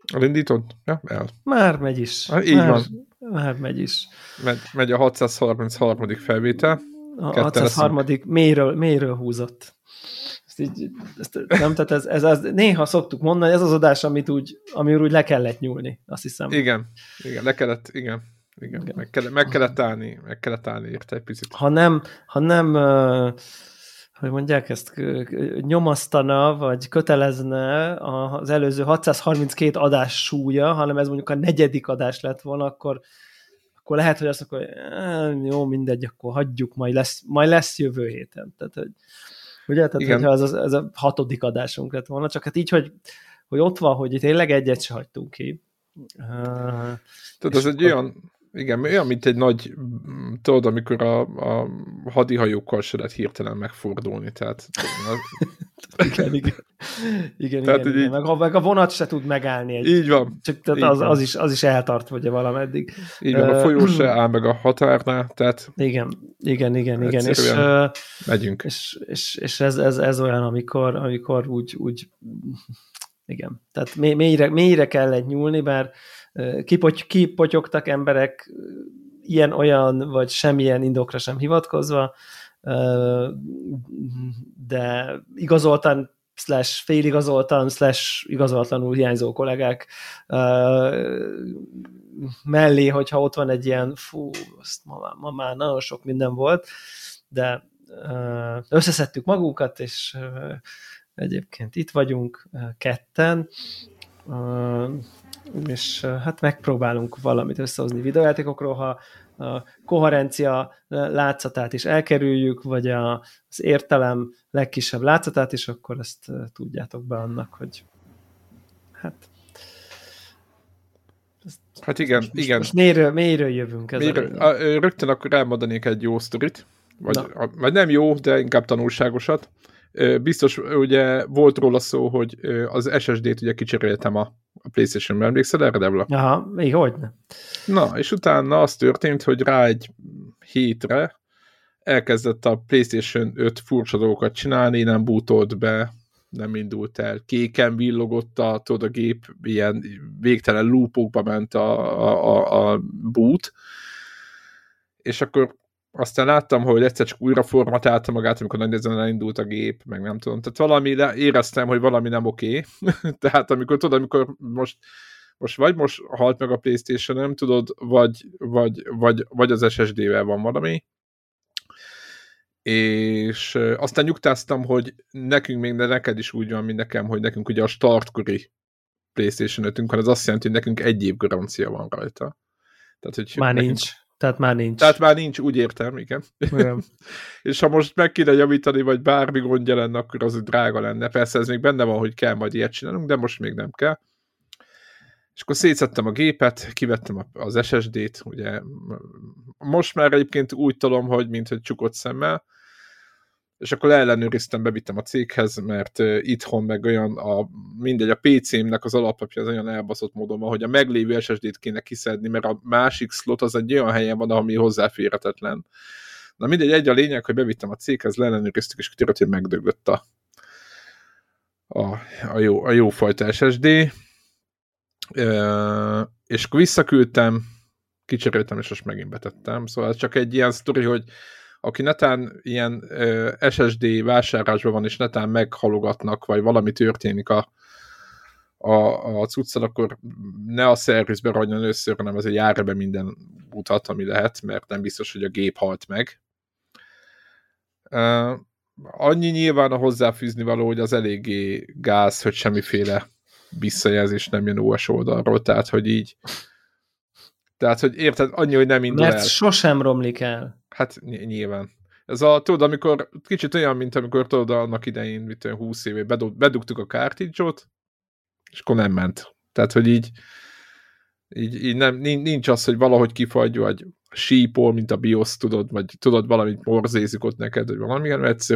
Elindítod? Ja, el. Már megy is. Így van. Már megy is. Megy a 633. felvétel. A 603. mélyről húzott. Ezt nem, tehát ez néha szoktuk mondani, ez az adás, ami úgy le kellett nyúlni, azt hiszem. Igen, le kellett, igen. Meg kellett állni érte egy picit. Ha nem hogy mondják ezt, nyomasztana, vagy kötelezne az előző 632 adás súlya, hanem ez mondjuk a 4. adás lett volna, akkor lehet, hogy azt mondjuk, hogy jó, mindegy, akkor hagyjuk, majd lesz jövő héten. Tehát, hogy, ugye? Tehát, hogyha ez a 6. adásunk lett volna, csak hát így, hogy ott van, hogy tényleg egyet se hagytunk ki. Tehát ez egy olyan, mint egy nagy, tudod, amikor a hadihajókkal se lehet hirtelen megfordulni, tehát... Igen. Meg a vonat se tud megállni. Így van. Csak tehát az is eltart, ugye valameddig. Így van, a folyó se áll meg a határnál, tehát... Igen. És megyünk. És ez olyan, amikor úgy igen. Tehát mélyre kellett nyúlni, bár kipotyogtak emberek ilyen-olyan, vagy semmilyen indokra sem hivatkozva, de igazoltan / féligazoltan / igazoltlanul hiányzó kollégák mellé, hogyha ott van egy ilyen, azt ma már nagyon sok minden volt, de összeszedtük magunkat, és egyébként itt vagyunk ketten, és hát megpróbálunk valamit összehozni videójátékokról, ha a koherencia látszatát is elkerüljük, vagy az értelem legkisebb látszatát is, akkor ezt tudjátok be annak, hogy hát igen. Most mélyről jövünk. Rögtön akkor elmondanék egy jó sztorit, vagy nem jó, de inkább tanulságosat. Biztos, ugye volt róla szó, hogy az SSD-t ugye kicseréltem a PlayStation-ben, emlékszel erre, Devla? Aha, még hogyne. Na, és utána az történt, hogy rá egy hétre elkezdett a PlayStation 5 furcsa dolgokat csinálni, nem bootolt be, nem indult el, kéken villogott a gép, ilyen végtelen loopokba ment a boot, és akkor aztán láttam, hogy egyszer csak újra formatálta magát, amikor nagy nehezen elindult a gép, meg nem tudom. Tehát éreztem, hogy valami nem oké. Tehát amikor most halt meg a PlayStation, nem tudod, vagy az SSD-vel van valami. És aztán nyugtáztam, hogy nekünk még, de neked is úgy van, mint nekem, hogy nekünk ugye a startkori PlayStation 5-ünk van, az azt jelenti, hogy nekünk 1 év garancia van rajta. Tehát, hogy Tehát már nincs. Úgy értem, igen. És ha most meg kéne javítani, vagy bármi gondja lenne, akkor az drága lenne. Persze ez még benne van, hogy kell majd ilyet csinálnunk, de most még nem kell. És akkor szétszedtem a gépet, kivettem az SSD-t, ugye most már egyébként úgy tolom, hogy minthogy csukott szemmel, és akkor leellenőriztem, bevittem a céghez, mert itthon meg olyan, mindegy, a PC-mnek az alapapja az olyan elbaszott módon van, hogy a meglévő SSD-t kéne kiszedni, mert a másik slot az egy olyan helyen van, ami hozzáférhetetlen. Na mindegy, egy a lényeg, hogy bevittem a céghez, leellenőriztük, és kiderült, hogy megdöglött a jó fajta SSD, és akkor visszaküldtem, kicseréltem, és most megint betettem. Szóval ez csak egy ilyen sztori, hogy aki netán ilyen SSD vásárlásban van, és netán meghalogatnak, vagy valami történik a cuccal, akkor ne a szervizbe ragyjon először, hanem azért járja be minden utat, ami lehet, mert nem biztos, hogy a gép halt meg. Annyi nyilván a hozzáfűzni való, hogy az eléggé gáz, hogy semmiféle visszajelzés nem jön OS oldalról, tehát, hogy érted, annyi, hogy nem indul el. Mert sosem romlik el. Hát nyilván. Ez tudod, amikor kicsit olyan, mint amikor tudod, annak idején, mit olyan 20 éve bedugtuk a cartridge-ot, és akkor nem ment. Tehát, hogy így nem, nincs az, hogy valahogy kifagy, vagy sípol, mint a BIOS, tudod, vagy tudod, valamit morzézik ott neked, vagy valami,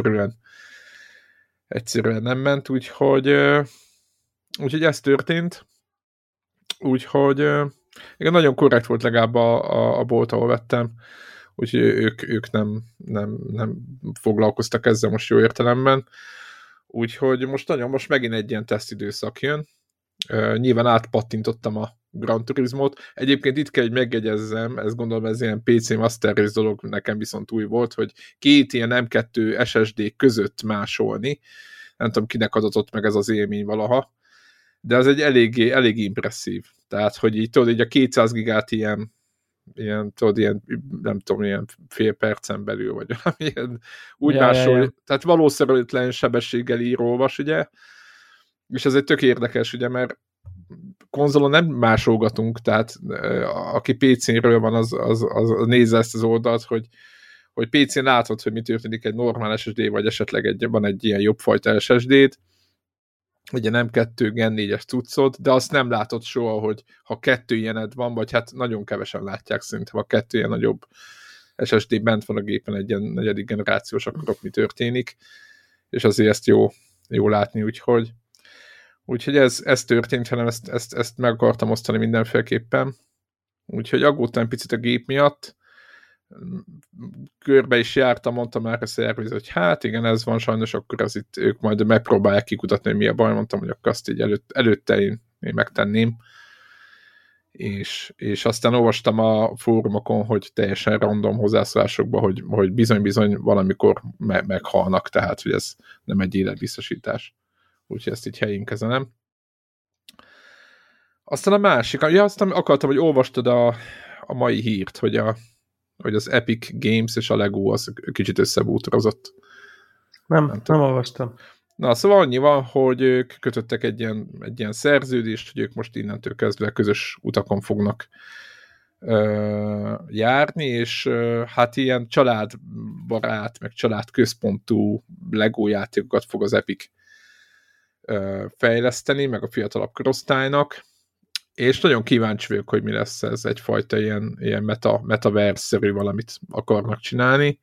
egyszerűen nem ment, úgyhogy ez történt. Úgyhogy igen, nagyon korrekt volt legalább a bolt, ahol vettem, úgyhogy ők nem foglalkoztak ezzel most jó értelemben. Úgyhogy most megint egy ilyen tesztidőszak jön, Nyilván átpattintottam a Gran Turismot. Egyébként itt kell, hogy megjegyezzem, ezt gondolom ez ilyen PC Master Race dolog nekem viszont új volt, hogy két ilyen M2 SSD között másolni. Nem tudom, kinek adatott meg ez az élmény valaha, de ez egy elég impresszív. Tehát, hogy így tudod, így a 200 gigát ilyen tudod, ilyen, nem tudom, ilyen fél percen belül, vagy valamilyen úgy másol, tehát valószerűtlen sebességgel olvas, ugye, és ez egy tök érdekes, ugye, mert konzolon nem másolgatunk, tehát aki PC-ről van, az nézze ezt az oldalt, hogy PC-n látod, hogy mi történik egy normál SSD, vagy esetleg van egy ilyen jobb fajta SSD-t, ugye nem 2 Gen 4-es cuccod, de azt nem látod soha, hogy ha 2 ilyened van, vagy hát nagyon kevesen látják szerintem, ha 2 ilyen nagyobb SSD bent van a gépen egy ilyen 4. generációs, akkor mi történik, és azért ezt jó látni, úgyhogy ez történt, hanem ezt meg akartam osztani mindenféleképpen. Úgyhogy aggódtam picit a gép miatt, körbe is jártam, mondtam már a szerviz, hogy hát igen, ez van sajnos, akkor az itt ők majd megpróbálják kikutatni, hogy mi a baj, mondtam, hogy akkor azt így előtte én megtenném. És aztán olvastam a fórumokon, hogy teljesen random hozzászólásokban, hogy bizony valamikor meghalnak, tehát hogy ez nem egy életbiztosítás. Úgyhogy ezt így helyén kezelem. Aztán a másik, aztán akartam, hogy olvastad a mai hírt, hogy az Epic Games és a Lego az kicsit összebútorozott. Nem olvastam. Na, szóval annyi van, hogy ők kötöttek egy ilyen szerződést, hogy ők most innentől kezdve közös utakon fognak járni, és hát ilyen családbarát, meg családközpontú Lego játékokat fog az Epic fejleszteni, meg a fiatalabb korosztálynak, és nagyon kíváncsi vagyok, hogy mi lesz ez, egyfajta ilyen metaverse-szerű valamit akarnak csinálni,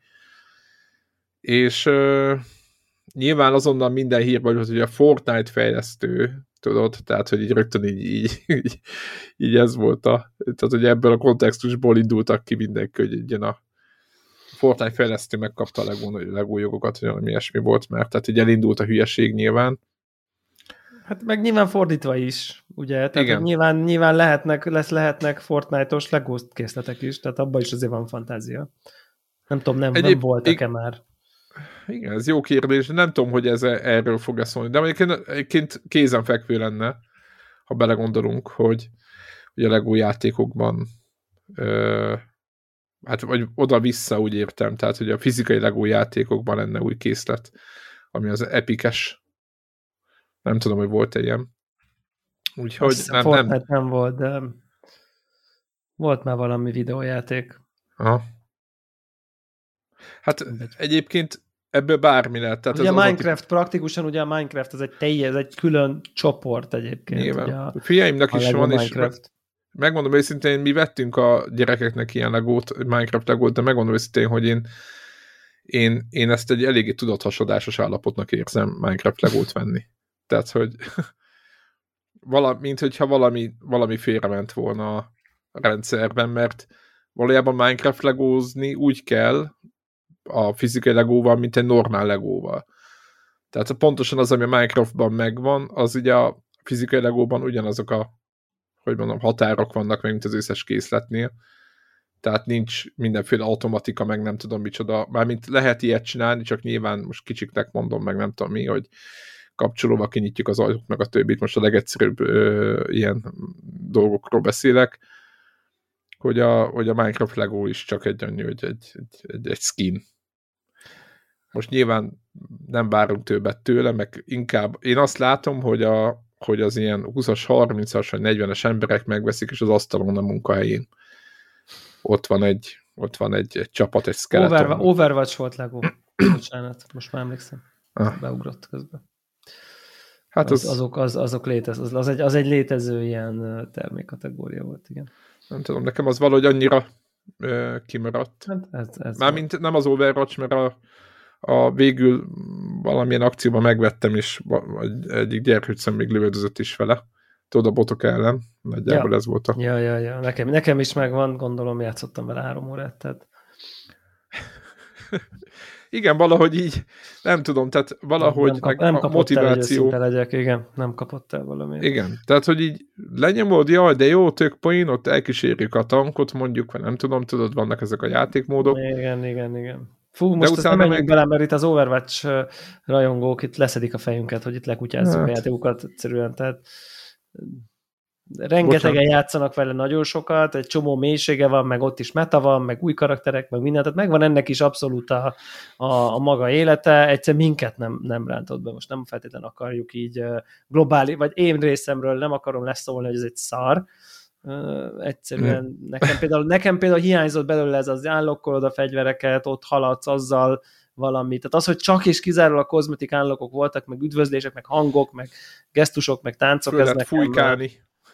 és nyilván azonnal minden hírban, hogy a Fortnite fejlesztő, tudod, tehát, hogy így rögtön így ez volt tehát, hogy ebből a kontextusból indultak ki mindenki, hogy ilyen a Fortnite fejlesztő megkapta a Lego jogokat, hogy valami ilyesmi volt, mert tehát így elindult a hülyeség nyilván. Hát meg nyilván fordítva is, ugye? Tehát nyilván lehetnek Fortnite-os Lego készletek is, tehát abban is azért van fantázia. Nem tudom, nem voltak-e már. Igen, ez jó kérdés, nem tudom, hogy ez erről fog szólni, de egyébként kézenfekvő lenne, ha belegondolunk, hogy a Lego játékokban hát vagy oda-vissza úgy értem, tehát hogy a fizikai Lego játékokban lenne új készlet, ami az epikes. Nem tudom, hogy volt-e ilyen. Úgyhogy nem volt, de volt már valami videójáték. Aha. Hát egyébként ebből bármi lehet. Tehát ugye a Minecraft praktikusan, ugye a Minecraft ez egy külön csoport egyébként. Nyilván. A fiaimnak is van, Minecraft. És megmondom őszintén, mi vettünk a gyerekeknek ilyen Minecraft Legót, de megmondom őszintén, hogy én ezt egy eléggé tudathasadásos állapotnak érzem Minecraft Legót venni. Tehát, hogy mint hogyha valami félrement volna a rendszerben, mert valójában Minecraft legózni úgy kell a fizikai legóval, mint egy normál legóval. Tehát pontosan az, ami a Minecraftban megvan, az ugye a fizikai legóban ugyanazok határok vannak meg, mint az összes készletnél. Tehát nincs mindenféle automatika, meg nem tudom micsoda. Mármint lehet ilyet csinálni, csak nyilván most kicsiknek mondom, meg nem tudom mi, hogy kapcsolóval kinyitjuk az ajtót, meg a többit. Most a legegyszerűbb ilyen dolgokról beszélek, hogy a Minecraft Lego is csak annyi, hogy egy skin. Most nyilván nem várunk többet tőle, meg inkább én azt látom, hogy az ilyen 20-as, 30-as vagy 40-es emberek megveszik, és az asztalon a munkahelyén. Ott van egy csapat, egy skeleton. Overwatch volt Lego. Bocsánat, most már emlékszem. Beugrott közben. Hát azok létező, az egy létező ilyen termékkategória volt, igen. Nem tudom, nekem az valahogy annyira kimaradt. Hát mármint nem az Overwatch, mert a végül valamilyen akcióban megvettem, és egyik gyerkőccem még lövöldözött is vele. Tudod, a botok ellen. Nagyjából ez volt a... Ja. Nekem is megvan, gondolom, játszottam vele 3 órát, tehát... Igen, valahogy így, nem tudom, tehát valahogy nem a kapott motiváció. el, legyek, igen, nem kapott el valami. Igen, tehát hogy így lenyomod, jaj, de jó, tök poén, ott elkísérjük a tankot mondjuk, vagy nem tudom, tudod, vannak ezek a játékmódok. Igen. Fú, De most ezt nem utána menjünk bele, mert itt az Overwatch rajongók itt leszedik a fejünket, hogy itt lekutjázzuk a játékokat egyszerűen, tehát rengetegen játszanak vele nagyon sokat, egy csomó mélysége van, meg ott is meta van, meg új karakterek, meg minden, tehát megvan ennek is abszolút a maga élete, egyszer minket nem rántott be, most nem feltétlenül akarjuk így globális, vagy én részemről nem akarom leszólni, hogy ez egy szar, egyszerűen nekem például hiányzott belőle ez az állokkolod a fegyvereket, ott haladsz azzal valami. Tehát az, hogy csak és kizárólag kozmetik állokok voltak, meg üdvözlések, meg hangok, meg gesztusok, meg táncok. Föl lehet fújkálni.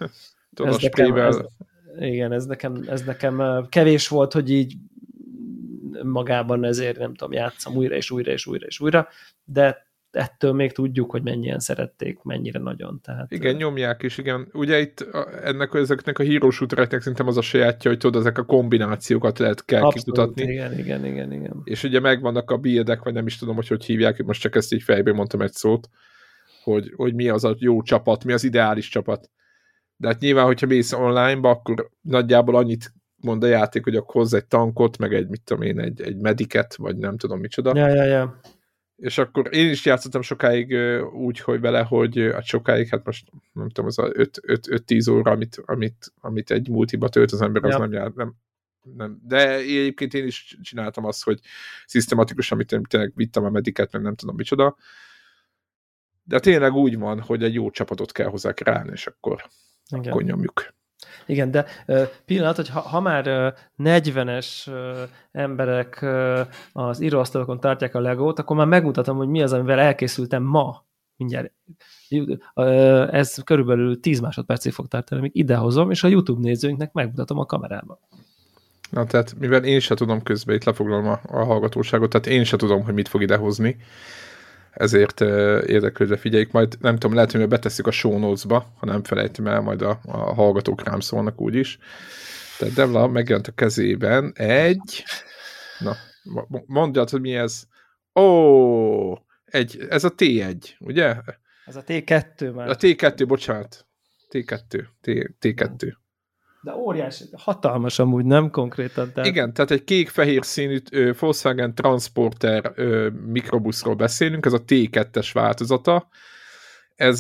Ez nekem kevés volt, hogy így magában ezért nem tudom, játszom újra és újra, de ettől még tudjuk, hogy mennyien szerették, mennyire nagyon. Tehát, igen, nyomják is, igen. Ugye itt ezeknek a hero shootereknek szerintem az a sajátja, hogy tudod, ezek a kombinációkat kell kikutatni. Igen. És ugye megvannak a buildek, vagy nem is tudom, hogy hívják, most csak ezt így fejből mondtam egy szót, hogy mi az a jó csapat, mi az ideális csapat. De hát nyilván, hogyha mész online-ba, akkor nagyjából annyit mond a játék, hogy akkor hozz egy tankot, meg egy, mit tudom én, egy mediket, vagy nem tudom micsoda. Ja. És akkor én is játszottam sokáig úgy, hogy vele, hogy sokáig, hát most nem tudom, az a 5-10 óra, amit egy multiba tölt az ember, az nem. De egyébként én is csináltam azt, hogy szisztematikusan, amit tényleg vittem a mediket, meg nem tudom micsoda. De tényleg úgy van, hogy egy jó csapatot kell hozzá kreálni, és akkor nyomjuk. Igen, de pillanat, hogy ha már 40-es emberek az íróasztalokon tartják a Legót, akkor már megmutatom, hogy mi az, amivel elkészültem ma. Mindjárt. Ez körülbelül 10 másodpercig fog tartani, amíg idehozom, és a YouTube nézőinknek megmutatom a kamerában. Na, tehát mivel én sem tudom közben, itt lefoglalom a hallgatóságot, tehát én sem tudom, hogy mit fog idehozni. Ezért érdeklődve figyeljük, majd nem tudom, lehet, hogy betesszük a show notes-ba, ha nem felejtem el, majd a hallgatók rám szólnak úgyis. Tehát Devla megjelent a kezében egy... Na, mondjad, hogy mi ez? Ez a T1, ugye? Ez a T2 már. A T2, bocsánat. T2. De óriási, hatalmas amúgy, nem konkrétan. Tehát... Igen, tehát egy kék-fehér színű Volkswagen Transporter mikrobuszról beszélünk, ez a T2-es változata. Ez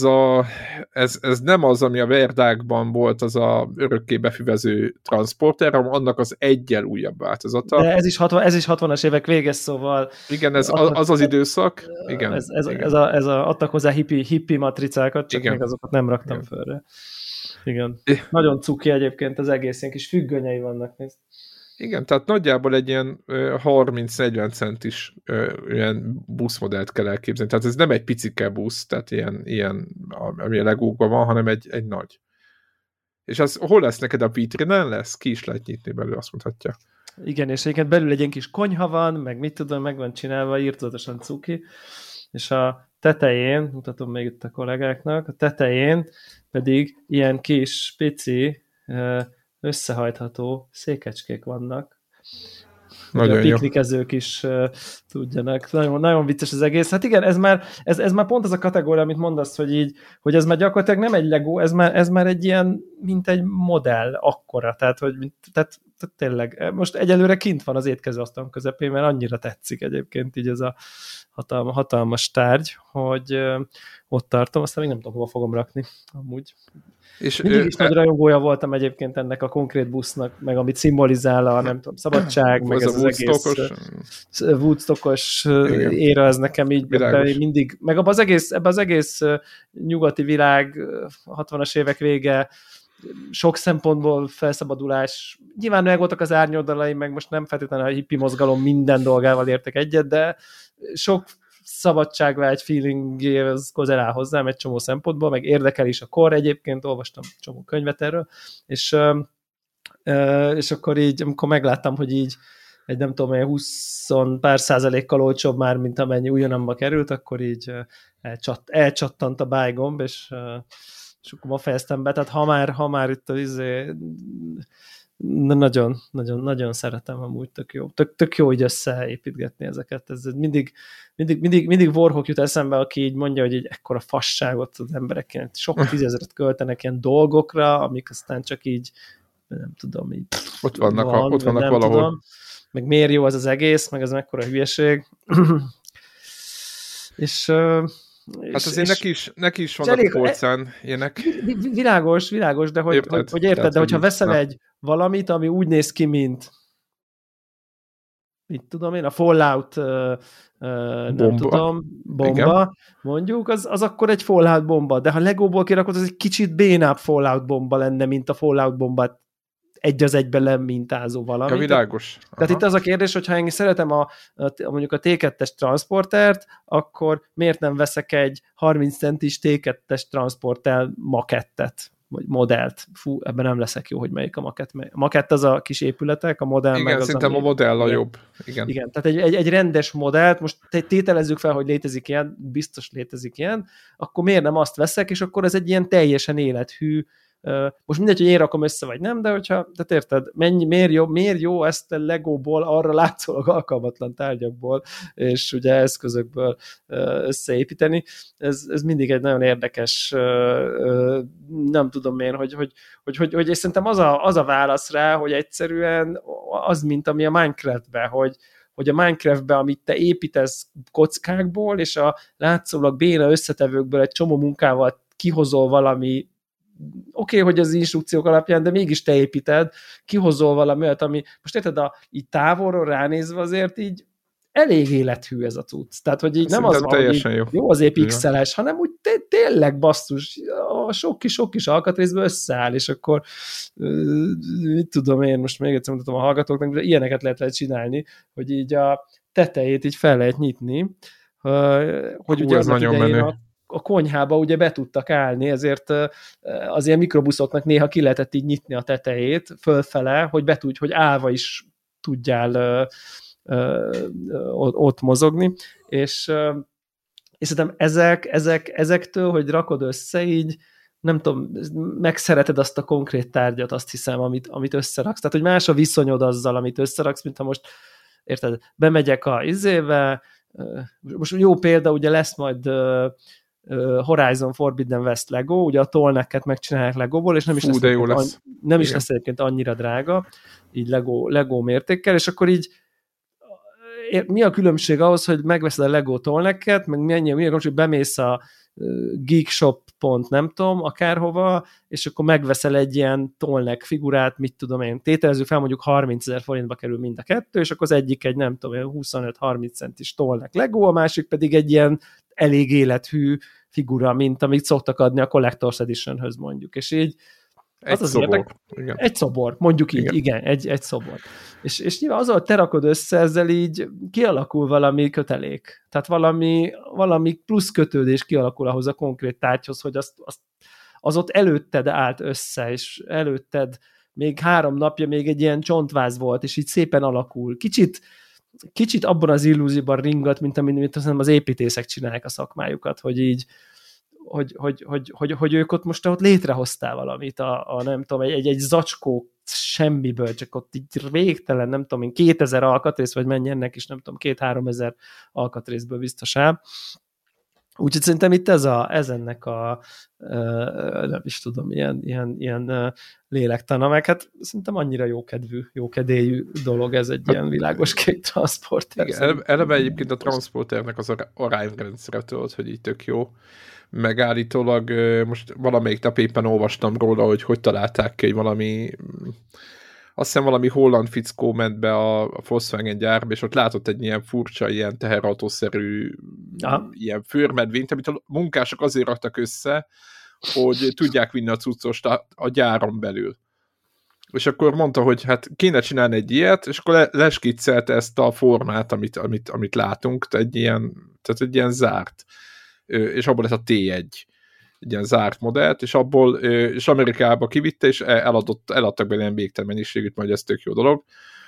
nem az, ami a Verdákban volt, az a örökké befüvező transporter, hanem annak az egyel újabb változata. De ez is 60-as évek véges, szóval... Igen, ez az időszak. Igen, ez adtak hozzá hippi matricákat, csak még azokat nem raktam fölre. Igen. Nagyon cuki egyébként az egész, ilyen kis függönyei vannak. Igen, tehát nagyjából egy ilyen 30-40 centis ilyen buszmodellt kell elképzelni. Tehát ez nem egy picike busz, tehát ilyen ami a Legókban van, hanem egy nagy. És az hol lesz neked a vitrinen lesz? Ki is lehet nyitni belőle, azt mutatja. Igen, és egyébként belül egy ilyen kis konyha van, meg mit tudom, meg van csinálva, írtózatosan cuki. És a tetején, mutatom még itt a kollégáknak, a tetején pedig ilyen kis, pici, összehajtható székecskék vannak. Nagyon a piknikezők is tudjanak. Nagyon, nagyon vicces az egész. Hát igen, ez már pont az a kategória, amit mondasz, hogy ez már gyakorlatilag nem egy Lego, ez már egy ilyen, mint egy modell akkora. Tehát tényleg, most egyelőre kint van az étkezőasztalom közepén, mert annyira tetszik egyébként így ez a hatalmas tárgy, hogy ott tartom, aztán még nem tudom, hova fogom rakni amúgy. És mindig is nagy rajongója voltam egyébként ennek a konkrét busznak, meg amit szimbolizál a, nem tudom, szabadság, meg ez az egész Woodstockos éra, ez nekem így mindig, meg ebbe az egész nyugati világ, 60-as évek vége, sok szempontból felszabadulás. Nyilván meg voltak az árnyoldalai, meg most nem feltétlenül a hippi mozgalom minden dolgával értek egyet, de sok szabadságvágy feelingéhez közel áll hozzám egy csomó szempontból, meg érdekel is a kor egyébként, olvastam csomó könyvet erről, és akkor így, amikor megláttam, hogy így egy nem tudom, 20 pár százalékkal olcsóbb már, mint amennyi ugyanabba került, akkor így elcsattant a buy gomb, és akkor ma fejeztem be, tehát ha már itt nagyon, nagyon, nagyon szeretem, amúgy tök jó. Tök jó így összeépítgetni ezeket. Ez mindig Warhawk jut eszembe, aki így mondja, hogy egy ekkora fasságot az emberek ilyen sok tízezret költenek ilyen dolgokra, amik aztán csak így, nem tudom, így ott vannak valahol. Tudom. Meg miért jó az egész, meg ez mekkora hülyeség. És hát azért neki is vannak elég, polcán ilyenek. Világos, de hogy érted, de hogyha veszel egy valamit, ami úgy néz ki, mint mit tudom én, a Fallout nem tudom, bomba, igen. Mondjuk, az akkor egy Fallout bomba, de ha Legóból kirakod, az egy kicsit bénább Fallout bomba lenne, mint a Fallout bombát egy az egyben lemintázó valami. Ja, világos. Tehát itt az a kérdés, hogy ha én szeretem mondjuk a T2-es transportert, akkor miért nem veszek egy 30 centis T2-es transporter makettet, vagy modellt? Fú, ebben nem leszek jó, hogy melyik a makett. A makett az a kis épületek, a modell igen, meg az, szerintem a modell a jobb. Igen, tehát egy rendes modellt, most tételezzük fel, hogy létezik ilyen, biztos létezik ilyen, akkor miért nem azt veszek, és akkor ez egy ilyen teljesen élethű. Most mindegy, hogy én rakom össze, vagy nem, de hogyha, tehát érted, miért jó ezt a Legóból arra látszólag alkalmatlan tárgyakból, és ugye eszközökből összeépíteni. Ez mindig egy nagyon érdekes, nem tudom én, hogy és szerintem az a válasz rá, hogy egyszerűen az, mint ami a Minecraftben, hogy a Minecraftben, amit te építesz kockákból, és a látszólag béna összetevőkből egy csomó munkával kihozol valami. Oké, hogy az instrukciók alapján, de mégis te építed, kihozol valami olyat, ami most érted, így távolról ránézve azért így elég élethű ez a cucc. Tehát, hogy így nem az van, hogy jó az pixeles, hanem úgy tényleg basszus, sok kis alkatrészből összeáll, és akkor mit tudom én, most még egyszer mutatom a hallgatóknak, de ilyeneket lehet csinálni, hogy így a tetejét így fel lehet nyitni, hogy ugye az nagyon menő. A konyhába ugye be tudtak állni, ezért az ilyen mikrobuszoknak néha ki lehetett így nyitni a tetejét fölfele, hogy betudj, hogy állva is tudjál ott mozogni, és szerintem ezektől, hogy rakod össze így, nem tudom, megszereted azt a konkrét tárgyat, azt hiszem, amit összeraksz. Tehát, hogy más a viszonyod azzal, amit összeraksz, mint ha most, érted, bemegyek a izébe, most jó példa, ugye lesz majd Horizon Forbidden West Lego, ugye a tollnecket megcsinálják Legóból, és nem is lesz egyébként annyira drága, így Lego mértékkel, és akkor így mi a különbség ahhoz, hogy megveszed a Lego tollnecket, meg mi a különbség, hogy bemész a Geekshop pont nem tudom, akárhova, és akkor megveszel egy ilyen tollnek figurát, mit tudom én, tételezzük fel, mondjuk 30 000 forintba kerül mind a kettő, és akkor az egyik egy nem tudom, 25-30 centis tollnek Lego, a másik pedig egy ilyen elég élethű figura, mint amit szoktak adni a Collector's Editionhöz mondjuk, és így egy szobor, mondjuk így, igen egy szobor. És nyilván azzal, hogy te rakod össze, ezzel így kialakul valami kötelék. Tehát valami plusz kötődés kialakul ahhoz a konkrét tárgyhoz, hogy az ott előtted állt össze, és előtted még 3 napja még egy ilyen csontváz volt, és így szépen alakul. Kicsit abban az illúzióban ringat, mint amit az építészek csinálják a szakmájukat, hogy így hogy ők ott most ott létrehoztál valamit, nem tudom, egy zacskó semmiből, csak ott így végtelen, nem tudom, 2000 alkatrész, vagy mennyi ennek is, nem tudom, 2-3 ezer alkatrészből biztos áll. Úgyhogy szerintem itt ez ennek a nem is tudom, ilyen lélektana, meg hát szerintem annyira jókedélyű dolog ez egy ilyen világos kék transporter. Igen, eleve egyébként a transporternek az arányrendszere, tudod, hogy így tök jó. Megállítólag most valamelyik nap éppen olvastam róla, hogy találták ki, hogy azt hiszem valami holland fickó ment be a Volkswagen gyárba, és ott látott egy ilyen furcsa, ilyen teherautószerű ilyen főrmedvényt, amit a munkások azért raktak össze, hogy tudják vinni a cuccost a gyáron belül. És akkor mondta, hogy hát kéne csinálni egy ilyet, és akkor leskiccelte ezt a formát, amit látunk, tehát egy ilyen zárt. És abból lesz a T1, egy ilyen zárt modellt, és Amerikába kivitte, és eladtak bele ilyen végtelen mennyiségűt, majd ez tök jó dolog.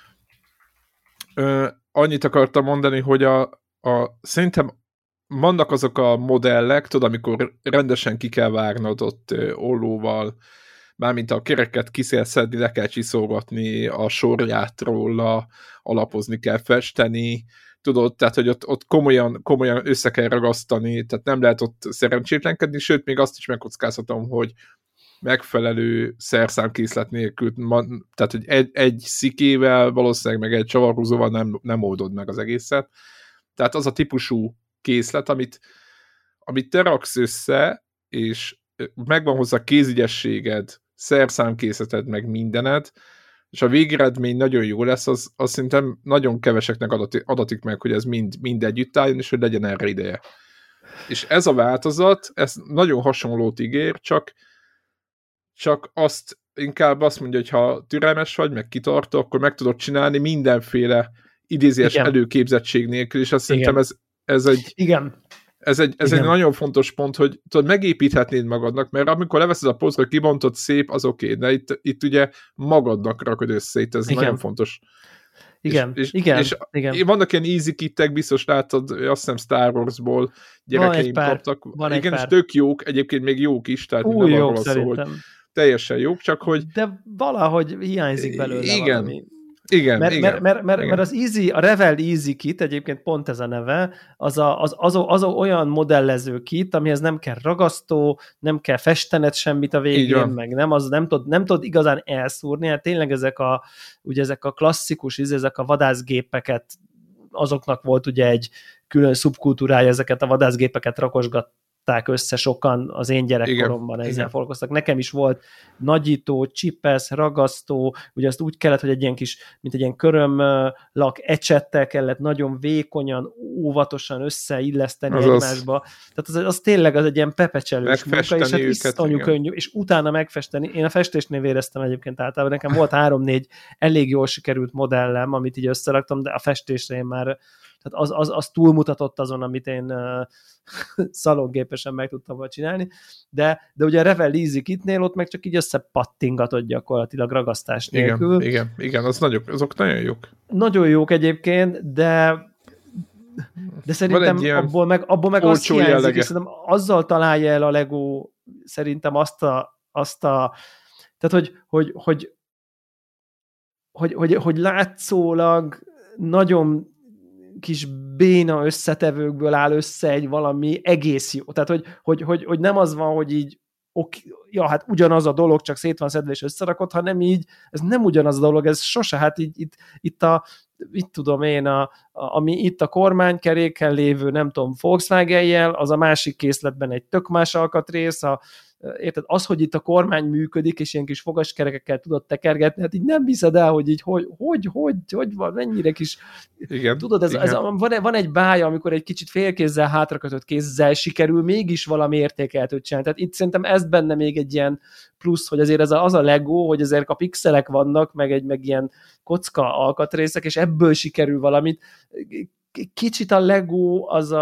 Annyit akartam mondani, hogy szerintem vannak azok a modellek, tudod, amikor rendesen ki kell vágnod ott ollóval, mármint a kereket ki kell szedni, le kell csiszolgatni, a sorját róla alapozni kell, festeni, tudod, tehát, hogy ott komolyan össze kell ragasztani, tehát nem lehet ott szerencsétlenkedni, sőt, még azt is megkockáztatom, hogy megfelelő szerszámkészlet nélkül, tehát, hogy egy szikével, valószínűleg meg egy csavarhúzóval nem oldod meg az egészet. Tehát az a típusú készlet, amit te raksz össze, és megvan hozzá kézügyességed, szerszámkészleted, meg mindened, és a végeredmény nagyon jó lesz, az szerintem nagyon keveseknek adatik meg, hogy ez mind együtt álljon, és hogy legyen erre ideje. És ez a változat, ez nagyon hasonlót ígér, csak inkább azt mondja, hogy ha türelmes vagy, meg kitartó, akkor meg tudod csinálni mindenféle idézés előképzettség nélkül, és azt szerintem ez egy nagyon fontos pont, hogy tudod, megépíthetnéd magadnak, mert amikor leveszed a polcra, kibontod szép, az oké, de itt ugye magadnak rakod össze, itt ez nagyon fontos. Igen. És vannak ilyen easy kittek, biztos láttad, azt hiszem Star Wars-ból gyerekeim kaptak. Igen, és tök jók, egyébként még jók is, tehát nem arról szó, hogy teljesen jók, csak hogy... De valahogy hiányzik belőle valami. Igen, mert az Easy, a Revel Easy Kit, egyébként pont ez a neve, az olyan modellező kit, amihez nem kell ragasztó, nem kell festened semmit a végén, meg nem tud igazán elszúrni, hát tényleg ezek a klasszikus, ezek a vadászgépeket, azoknak volt ugye egy külön szubkultúrája, ezeket a vadászgépeket rakosgatták össze sokan az én gyerekkoromban, ezzel foglalkoztak. Nekem is volt nagyító, csipesz, ragasztó, ugye azt úgy kellett, hogy egy ilyen kis, mint egy ilyen körömlak ecsettel kellett nagyon vékonyan, óvatosan összeilleszteni egymásba. Tehát az tényleg az egy ilyen pepecselős munka, és hát iszonyú könnyű, és utána megfesteni. Én a festésnél éreztem egyébként általában, nekem volt 3-4 elég jól sikerült modellem, amit így összeraktam, de a festésre én már tehát az túlmutatott azon, amit én szalongépesen meg tudtam volna csinálni, de ugye a Revel Easy Kitnél ott meg csak így összepattingatod gyakorlatilag ragasztás nélkül. Igen, azok nagyon jók. Nagyon jók egyébként, de szerintem abból meg az hiányzik, és szerintem azzal találja el a Lego szerintem azt a tehát, hogy látszólag nagyon kis béna összetevőkből áll össze egy valami egész jó. Tehát, hogy nem az van, hogy így hát ugyanaz a dolog, csak szét van szedve és összerakott, hanem így, ez nem ugyanaz a dolog, ez sose, hát itt mit tudom én, ami itt a kormánykeréken lévő, nem tudom, Volkswagen-jel, az a másik készletben egy tök más alkatrész, érted? Az, hogy itt a kormány működik, és ilyen kis fogaskerekekkel tudod tekergetni, hát így nem hiszed el, hogy így hogy van, mennyire kis... Igen, tudod, van egy bája, amikor egy kicsit félkézzel, hátrakötött kézzel sikerül mégis valami értékeltőt csinálni. Tehát itt szerintem ez benne még egy ilyen plusz, hogy azért az a Lego, hogy ezek a pixelek vannak, meg ilyen kocka alkatrészek, és ebből sikerül valamit. Kicsit a Lego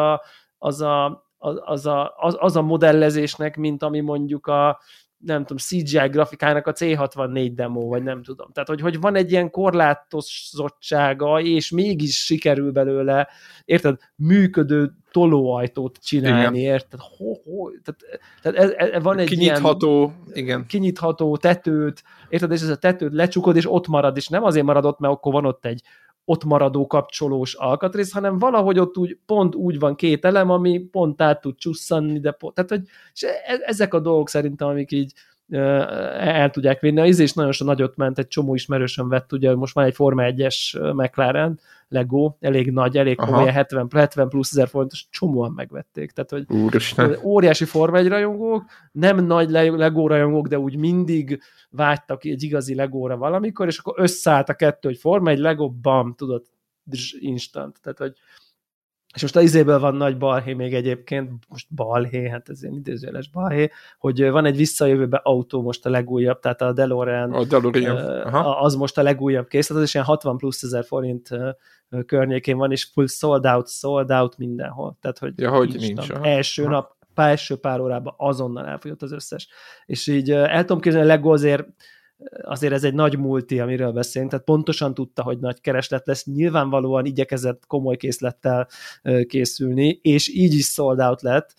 az a modellezésnek, mint ami mondjuk a nem tudom, CGI grafikának a C64 demo, vagy nem tudom. Tehát, hogy van egy ilyen korlátozottsága, és mégis sikerül belőle, érted, működő tolóajtót csinálni, igen. Érted? Tehát van egy kinyitható tetőt, érted, és ez a tetőt lecsukod, és ott marad, és nem azért marad ott, mert akkor van ott egy ott maradó kapcsolós alkatrész, hanem valahogy ott pont úgy van két elem, ami pont át tud csusszanni, de tehát, hogy ezek a dolgok szerintem, amik így el tudják vinni. Az is nagyon nagyot ment, egy csomó ismerősöm vett, ugye most már egy Forma 1-es McLaren Lego, elég nagy, elég komoly, 70 plusz 1000 forintos, csomóan megvették. Tehát, hogy óriási Forma 1 rajongók, nem nagy Lego rajongók, de úgy mindig vágytak egy igazi Legóra valamikor, és akkor összeállt a kettő, hogy Forma 1 Lego, bam, tudod, instant. Tehát, hogy és most az izéből van nagy balhé még egyébként, most balhé, hát ez ilyen idézőjeles balhé, hogy van egy visszajövőbe autó most a legújabb, tehát a DeLorean, az most a legújabb készlet, az is ilyen 60 plusz 1000 forint környékén van, és full sold out mindenhol. Tehát, hogy nincs. Első pár órában azonnal elfogyott az összes. És így el tudom képzelni, a Lego azért ez egy nagy multi, amiről beszélünk, tehát pontosan tudta, hogy nagy kereslet lesz, nyilvánvalóan igyekezett komoly készlettel készülni, és így is sold out lett,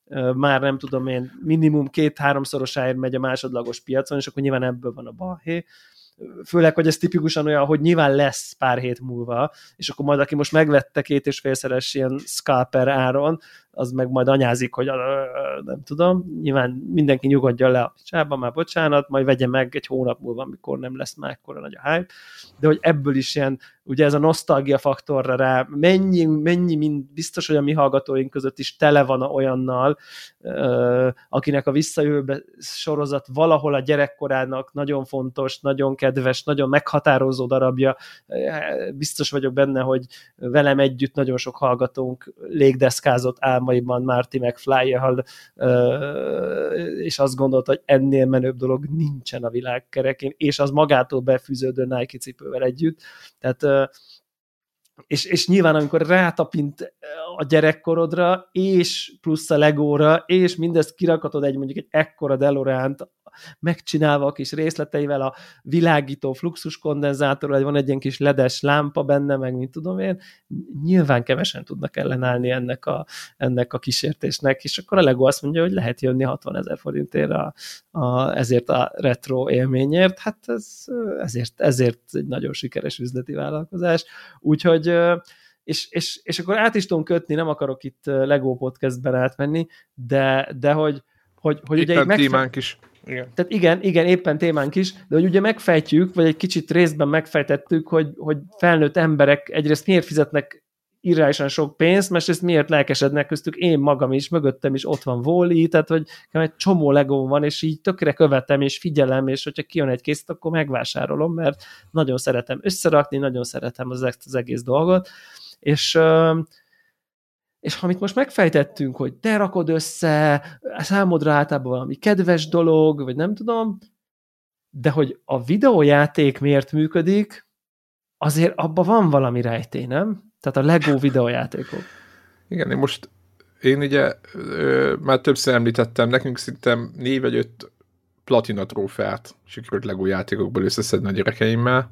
már nem tudom én, minimum 2-3-szorosáért megy a másodlagos piacon, és akkor nyilván ebből van a balhé. Főleg, hogy ez tipikusan olyan, hogy nyilván lesz pár hét múlva, és akkor majd aki most megvette 2,5-szeres ilyen scalper áron, az meg majd anyázik, hogy nem tudom, nyilván mindenki nyugodjon le a picsába, már bocsánat, majd vegye meg egy hónap múlva, amikor nem lesz már ekkora nagy a hype, de hogy ebből is ilyen, ugye ez a nosztalgia faktorra rá, biztos, hogy a mi hallgatóink között is tele van olyannal, akinek a visszajövőbe sorozat valahol a gyerekkorának nagyon fontos, nagyon kedves, nagyon meghatározó darabja. Biztos vagyok benne, hogy velem együtt nagyon sok hallgatónk légdeszkázott álmaiban Marty McFly-jal, és azt gondolta, hogy ennél menőbb dolog nincsen a világkerekén, és az magától befűződő Nike cipővel együtt. Tehát és nyilván, amikor rátapint a gyerekkorodra, és plusz a Legóra, és mindezt kirakatod mondjuk egy ekkora DeLoreant, megcsinálva a kis részleteivel, a világító fluxus kondenzátorral, van egy ilyen kis ledes lámpa benne, meg mint tudom én, nyilván kevesen tudnak ellenállni ennek a kísértésnek, és akkor a Lego azt mondja, hogy lehet jönni 60 000 forintért ezért a retro élményért, hát ezért egy nagyon sikeres üzleti vállalkozás, úgyhogy és akkor át is tudom kötni, nem akarok itt Lego podcastben átmenni, de hogy ugye itt témánk is. Igen. Tehát igen, éppen témánk is, de hogy ugye megfejtjük, vagy egy kicsit részben megfejtettük, hogy felnőtt emberek egyrészt miért fizetnek irreálisan sok pénzt, másrészt miért lelkesednek, köztük én magam is, mögöttem is ott van Wall-E, tehát hogy egy csomó Legó van, és így tökre követem, és figyelem, és hogyha kijön egy készlet, akkor megvásárolom, mert nagyon szeretem összerakni, nagyon szeretem az egész dolgot, és amit most megfejtettünk, hogy te rakod össze, számodra általában valami kedves dolog, vagy nem tudom, de hogy a videójáték miért működik, azért abban van valami rejtély, nem? Tehát a Lego videójátékok. Igen, én ugye már többször említettem, nekünk szerintem 4 vagy 5 platina trófeát sikerült Lego játékokból összeszedni a gyerekeimmel,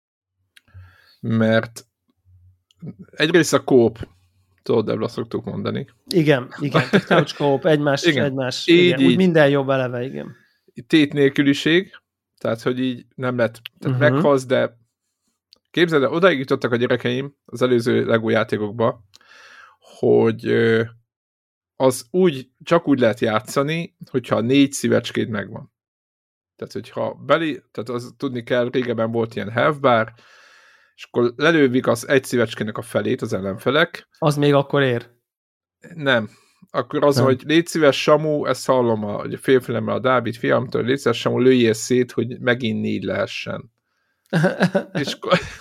mert egyrészt a co-op, tudod, ebből azt szoktuk mondani. Igen, couch co-op, egymás, így, úgy minden jobb eleve, igen. Tét nélküliség, tehát, hogy így nem lett, tehát meghalsz, de képzeld el, odaig jutottak a gyerekeim az előző Lego játékokba, hogy az csak úgy lehet játszani, hogyha 4 szívecskéd megvan. Tehát, hogyha tehát az tudni kell, régebben volt ilyen health bar, és akkor lelővik az egy szívecskének a felét az ellenfelek. Az még akkor ér? Nem. Akkor az, hogy légy szíves, Samu, ezt hallom a félfülemmel a Dávid fiamtól, légy szíves, Samu, lőjél szét, hogy megint 4 lehessen. és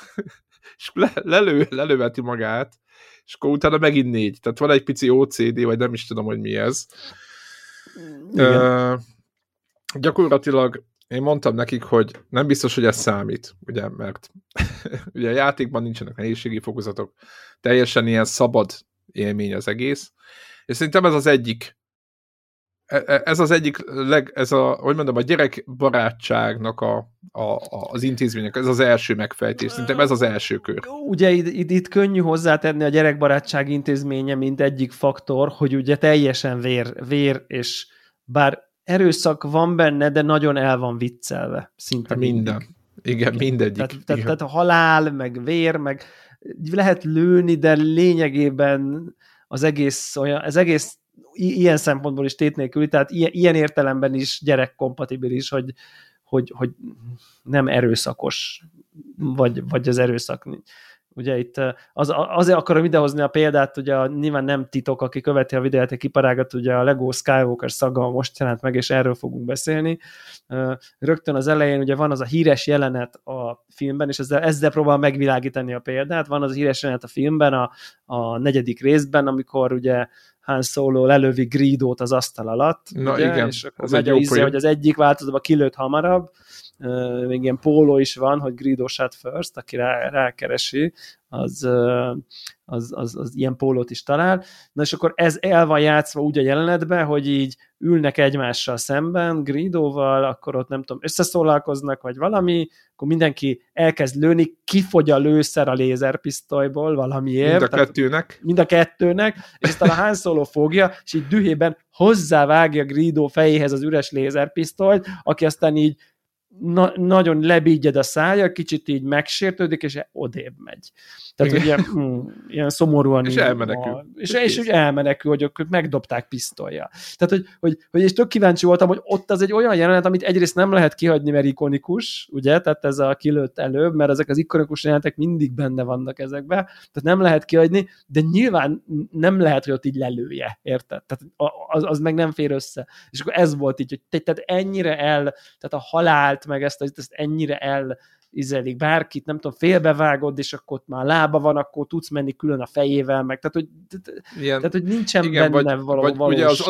lelöveti magát, és akkor utána megint 4. Tehát van egy pici OCD, vagy nem is tudom, hogy mi ez. Gyakorlatilag én mondtam nekik, hogy nem biztos, hogy ez számít, ugye, mert ugye a játékban nincsenek nehézségi fokozatok, teljesen ilyen szabad élmény az egész, és szerintem ez az egyik hogy mondom, a gyerekbarátságnak az intézmények, ez az első megfejtés. Szerintem ez az első kör. Ugye itt könnyű hozzátenni a gyerekbarátság intézménye, mint egyik faktor, hogy ugye teljesen vér, és bár erőszak van benne, de nagyon el van viccelve. Szinte minden. Igen, mindegyik. Tehát a halál, meg vér, meg lehet lőni, de lényegében az egész ilyen szempontból is tét nélküli, tehát ilyen értelemben is gyerekkompatibilis, hogy nem erőszakos, vagy az erőszak. Ugye itt azért akarom idehozni a példát, ugye nyilván nem titok, aki követi a videójáték iparágat, ugye a Lego Skywalker szaga most jelent meg, és erről fogunk beszélni. Rögtön az elején ugye van az a híres jelenet a filmben, és ezzel próbál megvilágítani a példát. Van az a híres jelenet a filmben, a 4. részben, amikor ugye Han Solo lelövi Greedót az asztal alatt, na ugye? Igen, és akkor megy a íze, hogy az egyik változatban kilőtt hamarabb, még ilyen póló is van, hogy Greedo shot first, aki rákeresi, az ilyen pólót is talál. Na és akkor ez el van játszva úgy a jelenetben, hogy így ülnek egymással szemben, Greedoval, akkor ott nem tudom, összeszólalkoznak, vagy valami, akkor mindenki elkezd lőni, kifogy a lőszer a lézerpisztolyból valamiért. Mind a kettőnek, és aztán a Han Solo fogja, és így dühében hozzávágja Greedo fejéhez az üres lézerpisztolyt, aki aztán így nagyon lebígyed a szája, kicsit így megsértődik, és odébb megy. Tehát, hogy ilyen szomorúan... És elmenekül. És úgy elmenekül, hogy ők megdobták pisztollyal. Tehát, hogy és tök kíváncsi voltam, hogy ott az egy olyan jelenet, amit egyrészt nem lehet kihagyni, mert ikonikus, ugye? Tehát ez a kilőtt előbb, mert ezek az ikonikus jelenetek mindig benne vannak ezekben, tehát nem lehet kihagyni, de nyilván nem lehet, hogy ott így lelője, érted? Tehát az meg nem fér össze. És akkor ez volt így, hogy tehát ennyire tehát a halált, meg ezt ennyire ízelik bárkit, nem tudom, félbevágod, és akkor ott már lába van, akkor tudsz menni külön a fejével, meg tehát, hogy nincsen igen, benne valós... Ugye az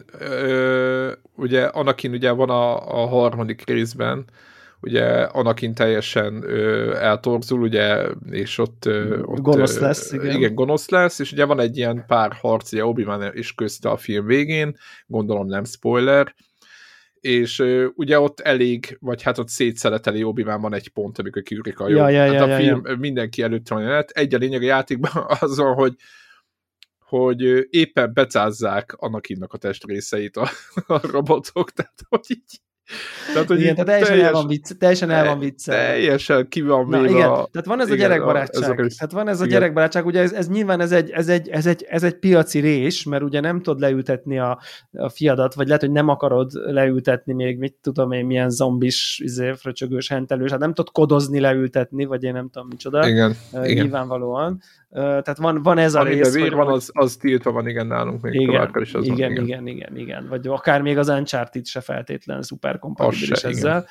Anakin ugye van a harmadik részben, ugye Anakin teljesen eltorzul, ugye, és ott gonosz lesz, igen, gonosz lesz, és ugye van egy ilyen pár harcia Obi-Wan is közte a film végén, gondolom nem spoiler, és ugye ott elég, vagy hát ott szétszeleteli Obi-Wan, van egy pont, amikor kiürik a jó. A film mindenki előtt van jelenet. Egy a lényeg a játékban az van, hogy éppen becázzák Anakinnak a testrészeit a robotok, tehát hogy így igen, tehát teljesen el van viccelve. Teljesen ki van véve. Igen, tehát van ez a gyerekbarátság. Tehát van ez a gyerekbarátság, ugye ez nyilván ez egy piaci rés, mert ugye nem tudod leültetni a fiadat, vagy lehet, hogy nem akarod leültetni még, mit tudom én, milyen zombis, fröcsögős, hentelős, hát nem tudod kodozni leültetni, vagy én nem tudom micsoda. Igen. Nyilvánvalóan. Tehát van ez a rész. Amiben vér van, az tiltva van, igen, nálunk még továbbra is az van. Igen. Vagy akár még az Uncharted se feltétlen szuper kompatibilis ezzel.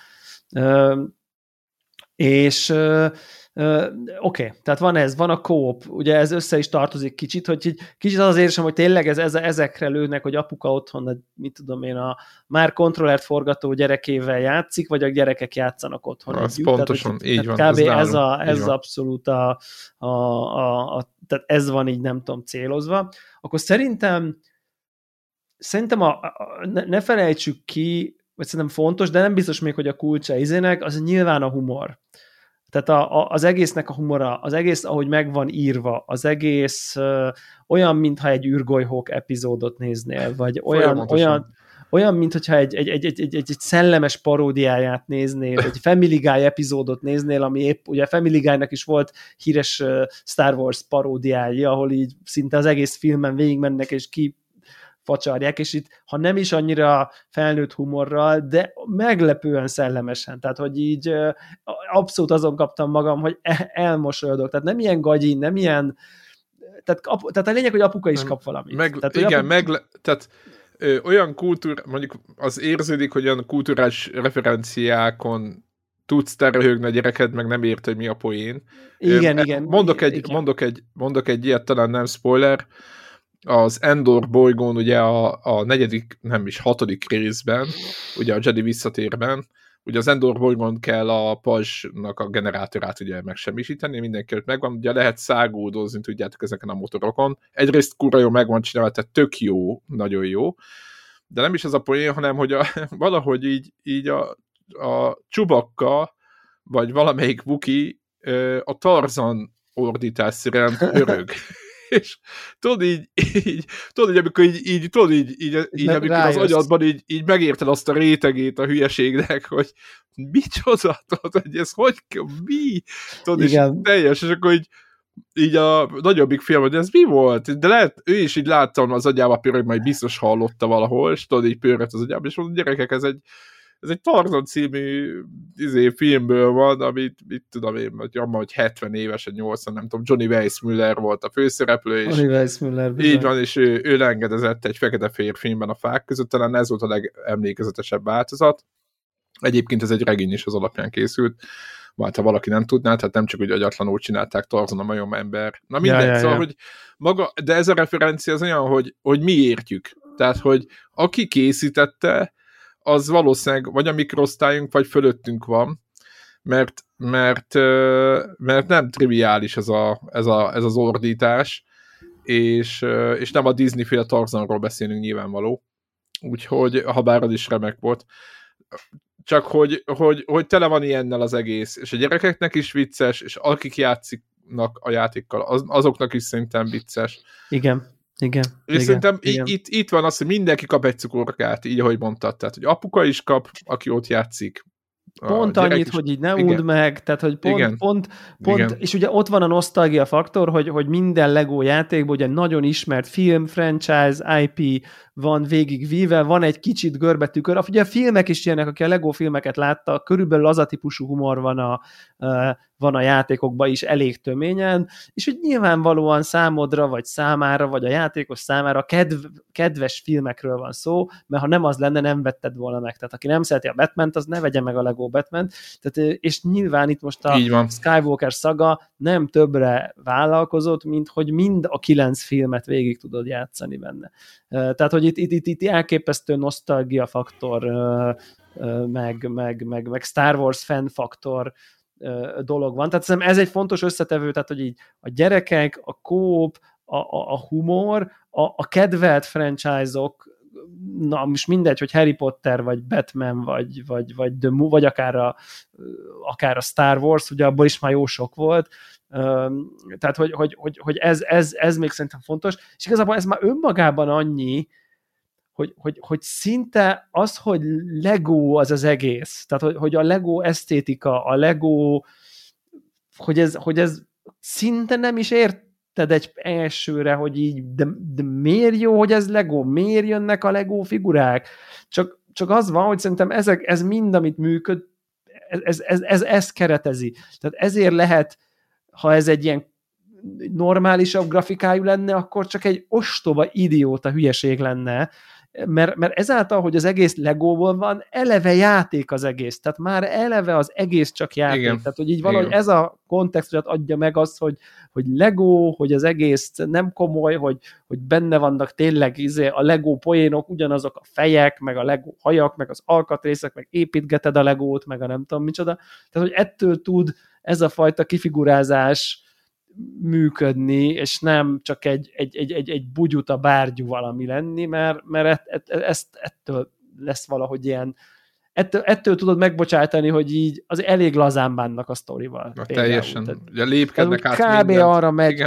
És oké, tehát van a co-op, ugye ez össze is tartozik kicsit, hogy kicsit az érzem, hogy tényleg ezekre lőnek, hogy apuka otthon, mit tudom én, a már kontrollert forgató gyerekével játszik, vagy a gyerekek játszanak otthon. Az pontosan, tehát, így van. Kb. Ez abszolút tehát ez van így, nem tudom, célozva. Akkor szerintem ne felejtsük ki, vagy szerintem fontos, de nem biztos még, hogy a kulcsa izének, az nyilván a humor. Tehát az egésznek a humora, az egész, ahogy meg van írva, az egész olyan, mintha egy űrgolyhók epizódot néznél, vagy olyan mintha egy szellemes paródiáját néznél, egy Family Guy epizódot néznél, ami épp, ugye a Family Guy-nak is volt híres Star Wars paródiája, ahol így szinte az egész filmen végigmennek, és facsarják, és itt, ha nem is annyira felnőtt humorral, de meglepően szellemesen, tehát, hogy így abszolút azon kaptam magam, hogy elmosolyodok, tehát nem ilyen gagyin, nem ilyen, tehát a lényeg, hogy apuka is kap valamit. Tehát olyan mondjuk az érződik, hogy olyan kulturális referenciákon tudsz te röhögni a gyereked, meg nem ért, hogy mi a poén. Igen. Mondok egy ilyet, talán nem spoiler, az Endor bolygón ugye a negyedik, nem is hatodik részben, ugye a Jedi visszatérben, ugye az Endor bolygón kell a pajzsnak a generátorát ugye megsemmisíteni, mindenki megvan, ugye lehet száguldozni, tudjátok, ezeken a motorokon. Egyrészt kurva jó megvan csinálva, tehát tök jó, nagyon jó, de nem is ez a poén, hanem hogy valahogy így a Chewbacca, vagy valamelyik Wookie a Tarzan ordításszerűen örög. És tudod így, amikor amikor az agyadban így megérted azt a rétegét a hülyeségnek, hogy micsoda, tudod, hogy ez mi? Tudod, és teljes, és akkor így a nagyobbik film, hogy ez mi volt? De lehet, ő is így láttam az agyába pörög, majd biztos hallotta valahol, és tudod, így pörgött az agyába, és mondom, gyerekek, ez egy Tarzan című filmből van, amit, mit tudom én, hogy 70 évesen, 80, nem tudom, Johnny Weissmuller volt a főszereplő, és így van, és ő leengedezett egy fekete-fehér filmben a fák között, talán ez volt a legemlékezetesebb változat. Egyébként ez egy regény is az alapján készült, hát ha valaki nem tudná, tehát nem csak úgy agyatlanul csinálták Tarzan a majomember. Na mindegy, szóval, hogy maga, de ez a referencia az olyan, hogy mi értjük. Tehát, hogy aki készítette, az valószínűleg vagy a mikrosztályunk, vagy fölöttünk van, mert nem triviális ez az ordítás, és nem a Disney-féle Tarzanról beszélünk nyilvánvaló. Úgyhogy, ha bár az is remek volt. Csak hogy tele van ilyennel az egész, és a gyerekeknek is vicces, és akik játszik a játékkal, azoknak is szerintem vicces. Igen. És szerintem itt van az, hogy mindenki kap egy cukorkát, így ahogy mondtad. Tehát, hogy apuka is kap, aki ott játszik. Pont annyit, hogy így ne undd meg, tehát, hogy pont és ugye ott van a nosztalgia faktor, hogy minden Lego játékban ugye nagyon ismert film, franchise, IP van végigvíve, van egy kicsit görbetűkör. Ugye a filmek is ilyenek, aki a Lego filmeket látta, körülbelül az a típusú humor van a játékokban is elég töményen, és hogy nyilvánvalóan számodra, vagy számára, vagy a játékos számára kedves filmekről van szó, mert ha nem az lenne, nem vetted volna meg. Tehát aki nem szereti a Batmant, az ne vegye meg a Lego Batmant. Tehát, és nyilván itt most a Skywalker szaga nem többre vállalkozott, mint hogy mind a 9 filmet végig tudod játszani benne. Tehát, hogy itt elképesztő nosztalgia faktor, meg Star Wars fan faktor dolog van. Tehát ez egy fontos összetevő, tehát, hogy így a gyerekek, a co-op, a humor, a kedvelt franchise-ok, na most mindegy, hogy Harry Potter, vagy Batman, vagy akár a Star Wars, ugye abból is már jó sok volt, tehát, hogy ez még szerintem fontos, és igazából ez már önmagában annyi, hogy szinte az, hogy Lego az egész, tehát hogy a Lego esztétika, a Lego, hogy ez szinte nem is érted egy elsőre, hogy így, de miért jó, hogy ez Lego, miért jönnek a Lego figurák? Csak az van, hogy szerintem ez mind, amit működ, ez keretezi. Tehát ezért lehet, ha ez egy ilyen normálisabb grafikájú lenne, akkor csak egy ostoba, idióta hülyeség lenne, mert ezáltal, hogy az egész Legóból van, eleve játék az egész, tehát már eleve az egész csak játék, igen. Tehát hogy így valahogy ez a kontextusát adja meg azt, hogy Lego, hogy az egész nem komoly, hogy benne vannak tényleg a Lego poénok, ugyanazok a fejek, meg a Lego hajak, meg az alkatrészek, meg építgeted a Legót, meg a nem tudom micsoda, tehát hogy ettől tud ez a fajta kifigurázás működni, és nem csak egy bugyuta bárgyú valami lenni, mert ettől lesz valahogy ilyen, ettől tudod megbocsátani, hogy így az elég lazán bánnak a sztorival. Teljesen. Ugye lépkednek át kb. mindent. Arra megy,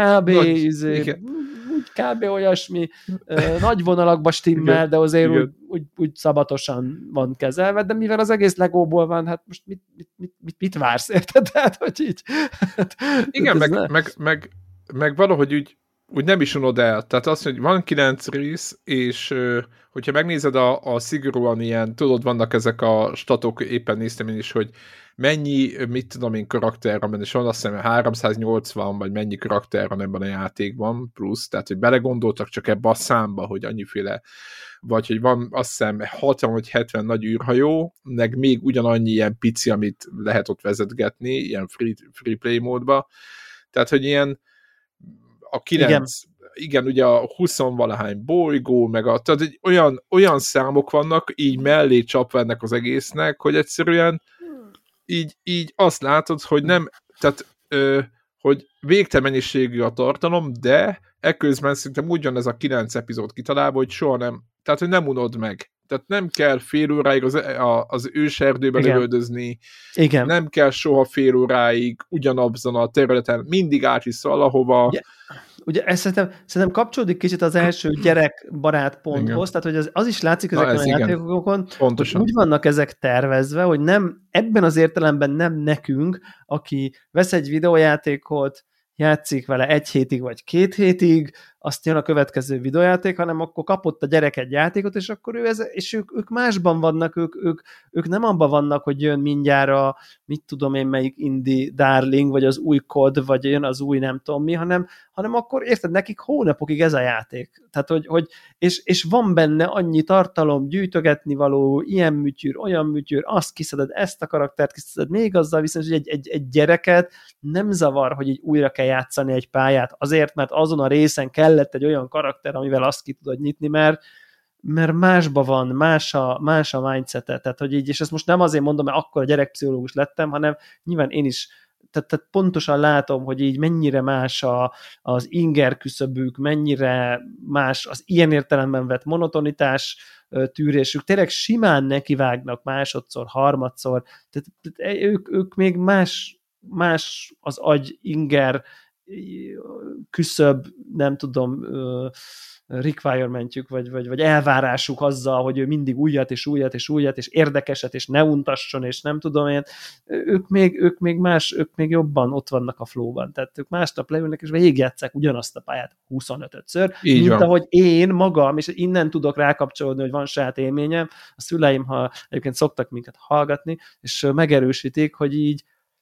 kb. Olyasmi, nagy vonalakba stimmel, igen. De azért úgy szabatosan van kezelve, de mivel az egész Legóból van, hát most mit vársz, érted? Tehát, hogy így... Igen, meg valahogy úgy nem is unod el. Tehát azt mondja, hogy van 9 rész, és hogyha megnézed a szigorúan ilyen, tudod, vannak ezek a statok, éppen néztem én is, hogy mennyi, mit tudom én, karakter van, és van azt hiszem 380, vagy mennyi karakter van ebben a játékban, plusz, tehát hogy belegondoltak csak ebbe a számba, hogy annyiféle, vagy hogy van azt hiszem 60 vagy 70 nagy űrhajó, meg még ugyanannyi ilyen pici, amit lehet ott vezetgetni, ilyen free play módba. Tehát, hogy ilyen a 9, igen ugye a 20-valahány bolygó, meg tehát olyan számok vannak, így mellé csapva ennek az egésznek, hogy egyszerűen így azt látod, hogy nem, tehát hogy végtelen mennyiségű a tartalom, de ekközben szerintem ugyan ez a 9 epizód kitalálva, hogy soha nem, tehát hogy nem unod meg. Tehát nem kell fél óráig az őserdőben lövöldözni, nem kell soha fél óráig ugyanabban a területen, mindig átvisz valahova. Ugye ez szerintem kapcsolódik kicsit az első gyerekbarát ponthoz, tehát hogy az is látszik ezeken a játékokon, hogy úgy vannak ezek tervezve, hogy nem ebben az értelemben nem nekünk, aki vesz egy videójátékot, játszik vele 1 hétig vagy 2 hétig, azt jön a következő videójáték, hanem akkor kapott a gyerek egy játékot, és akkor ők másban vannak, ők nem abban vannak, hogy jön mindjárt mit tudom én melyik indie darling, vagy az új kod, vagy jön az új nem tudom mi, hanem akkor érted, nekik hónapokig ez a játék. Tehát, hogy és van benne annyi tartalom, gyűjtögetni való, ilyen műtyűr, olyan műtyűr, azt kiszeded, ezt a karaktert kiszeded, még azzal viszont, hogy egy gyereket nem zavar, hogy így újra kell játszani egy pályát, azért, mert azon a részen kellett egy olyan karakter, amivel azt ki tudod nyitni, mert másba van, más a mindset-e, tehát hogy így, és ezt most nem azért mondom, mert akkor a gyerekpszichológus lettem, hanem nyilván én is tehát pontosan látom, hogy így mennyire más az inger küszöbük, mennyire más az ilyen értelemben vett monotonitás tűrésük, tényleg simán nekivágnak másodszor, harmadszor, tehát ők még más az agy inger küszöb, nem tudom, requirementjük, vagy elvárásuk azzal, hogy ő mindig újat, és érdekeset, és ne untasson, és nem tudom én, ők még jobban ott vannak a flowban, tehát ők másnap leülnek, és végigjátsszák ugyanazt a pályát 25-ször, mint van. Ahogy én magam, és innen tudok rákapcsolódni, hogy van saját élményem, a szüleim, ha egyébként szoktak minket hallgatni, és megerősítik, hogy így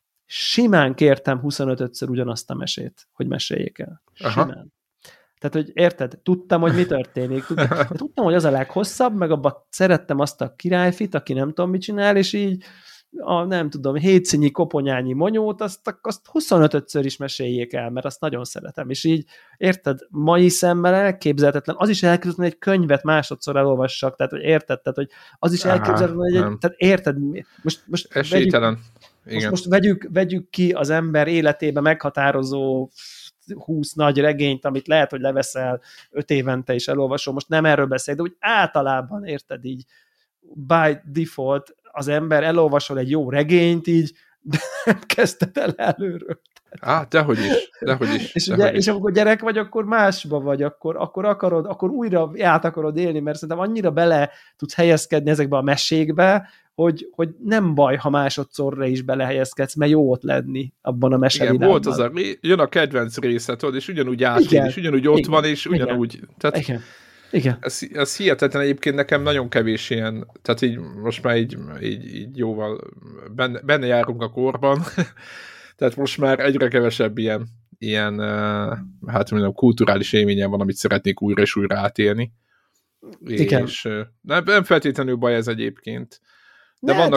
simán kértem 25-ször ugyanazt a mesét, hogy meséljék el. Simán. Aha. Tehát, hogy érted? Tudtam, hogy mi történik. Tudtam, hogy az a leghosszabb, meg abban szerettem azt a királyfit, aki nem tudom, mit csinál, és így nem tudom, hétszínyi koponyányi monyót, azt 25-ször is meséljék el, mert azt nagyon szeretem. És így, érted? Mai szemmel elképzelhetetlen. Az is elképzelhetetlen, hogy egy könyvet másodszor elolvassak, tehát, hogy érted? Tehát, hogy az is elképzelhetetlen, hogy tehát érted? Most esélytelen. Most vegyük ki az ember életébe meghatározó 20 nagy regényt, amit lehet, hogy leveszel 5 évente is elolvasol. Most nem erről beszélek, de úgy általában, érted, így by default az ember elolvasol egy jó regényt, így de nem kezdted el előről. Dehogy is. És amikor gyerek vagy, akkor másba vagy, akkor újra át akarod élni, mert szerintem annyira bele tudsz helyezkedni ezekbe a mesékbe, hogy nem baj, ha másodszorra is belehelyezkedsz, mert jó ott lenni abban a mesevilágban. Igen, volt jön a kedvenc részed, és ugyanúgy átél, és ugyanúgy ott van, és ugyanúgy. Tehát igen. Ez hihetetlen, egyébként nekem nagyon kevés ilyen, tehát így most már így jóval benne járunk a korban, tehát most már egyre kevesebb ilyen hát mondjam, kulturális élményem van, amit szeretnék újra és újra átélni. Igen. És nem feltétlenül baj ez egyébként. De vannak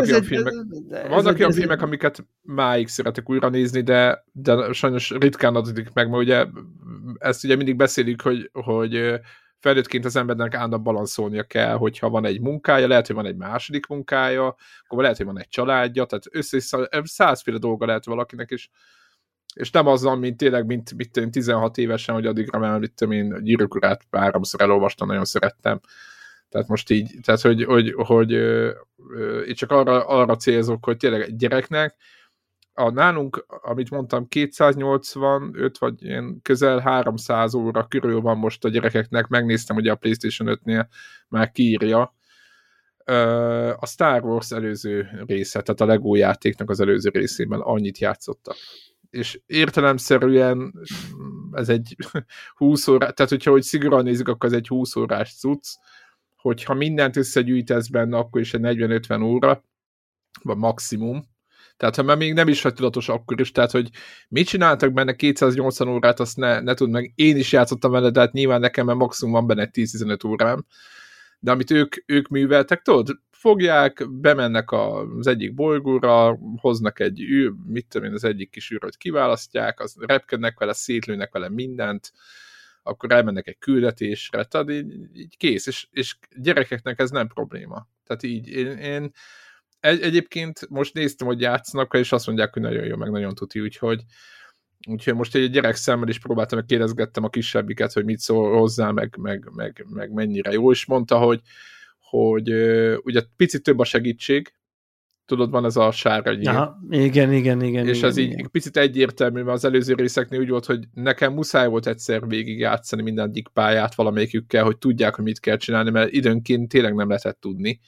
olyan filmek, amiket máig szeretek újra nézni, de sajnos ritkán adatik meg, mert ugye ezt ugye mindig beszélik, hogy felnőttként az embernek állandóan balanszolnia kell, hogyha van egy munkája, lehet, hogy van egy második munkája, akkor lehet, hogy van egy családja, tehát össze 100-féle dolga lehet valakinek, és nem azzal, mint tényleg, mint 16 évesen, hogy addigra már, én Gyűrűk urát 3-szor elolvastam, nagyon szerettem. Tehát most így, tehát hogy én csak arra célzok, hogy tényleg egy gyereknek, nálunk, amit mondtam, 285 vagy ilyen közel 300 óra körül van most a gyerekeknek, megnéztem, hogy a PlayStation 5-nél már kiírja a Star Wars előző része, tehát a Lego játéknak az előző részében annyit játszottak. És értelemszerűen ez egy 20 órás, tehát hogyha szigorúan nézzük, akkor ez egy 20 órás cucc, hogyha mindent összegyűjtesz benne, akkor is egy 40-50 óra, vagy maximum. Tehát ha már még nem is vagy tudatos akkor is, tehát hogy mit csináltak benne 280 órát, azt ne tudd meg. Én is játszottam vele, de hát nyilván nekem mert maximum van benne 10-15 órám. De amit ők műveltek, tudod, fogják, bemennek az egyik bolygóra, hoznak egy mit tudom én, az egyik kis űröt kiválasztják, az repkednek vele, szétlőnek vele mindent, akkor elmennek egy küldetésre, tehát így kész, és gyerekeknek ez nem probléma. Tehát így én egyébként most néztem, hogy játszanak, és azt mondják, hogy nagyon jó, meg nagyon tuti, úgyhogy most egy gyerek szemmel is próbáltam, meg kérdezgettem a kisebbiket, hogy mit szól hozzá, meg mennyire jó, és mondta, hogy ugye picit több a segítség, tudod, van ez a sárga nyíl. Aha, igen. És ez így picit egyértelmű, mert az előző részeknél úgy volt, hogy nekem muszáj volt egyszer végigjátszani minden egyik pályát valamelyikükkel, hogy tudják, hogy mit kell csinálni, mert időnként tényleg nem lehetett tudni.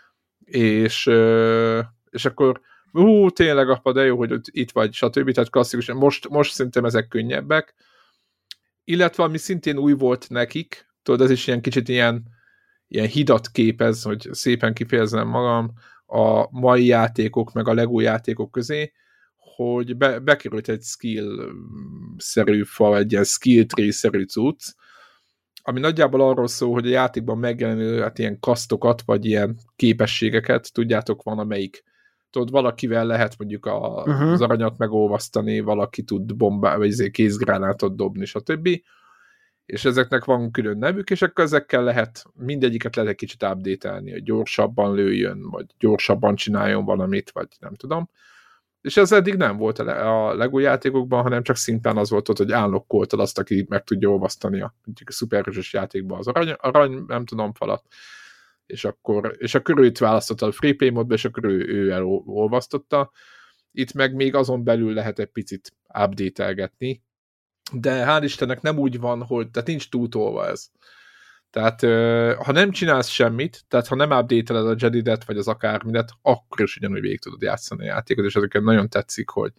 És akkor tényleg apa, de jó, hogy itt vagy, stb. Tehát klasszikusan, most szerintem ezek könnyebbek. Illetve, ami szintén új volt nekik, tudod, ez is ilyen kicsit ilyen hidat képez, hogy szépen kifejezem magam, a mai játékok, meg a Lego játékok közé, hogy bekerült egy skill-szerű fal, egy ilyen skill tree-szerű cucc, ami nagyjából arról szól, hogy a játékban megjelenő hát ilyen kasztokat, vagy ilyen képességeket, tudjátok, van amelyik, tudod, valakivel lehet mondjuk az aranyat megolvasztani, valaki tud vagy kézgránátot dobni, stb. és ezeknek van külön nevük, és akkor ezekkel lehet, mindegyiket lehet egy kicsit update-elni, hogy gyorsabban lőjön, vagy gyorsabban csináljon valamit, vagy nem tudom. És ez eddig nem volt a LEGO játékokban, hanem csak szimplán az volt ott, hogy állokkoltad azt, aki meg tudja olvasztani a szuperhősös játékban az arany, nem tudom, falat, és akkor őt választotta a free play módba, és akkor ő elolvasztotta. Itt meg még azon belül lehet egy picit update-elgetni, de hál' Istennek nem úgy van, hogy tehát nincs túltolva ez. Tehát ha nem csinálsz semmit, tehát ha nem update-eled a Jedidet, vagy az akármidet, akkor is ugyanúgy végig tudod játszani a játékot, és ezeket nagyon tetszik, hogy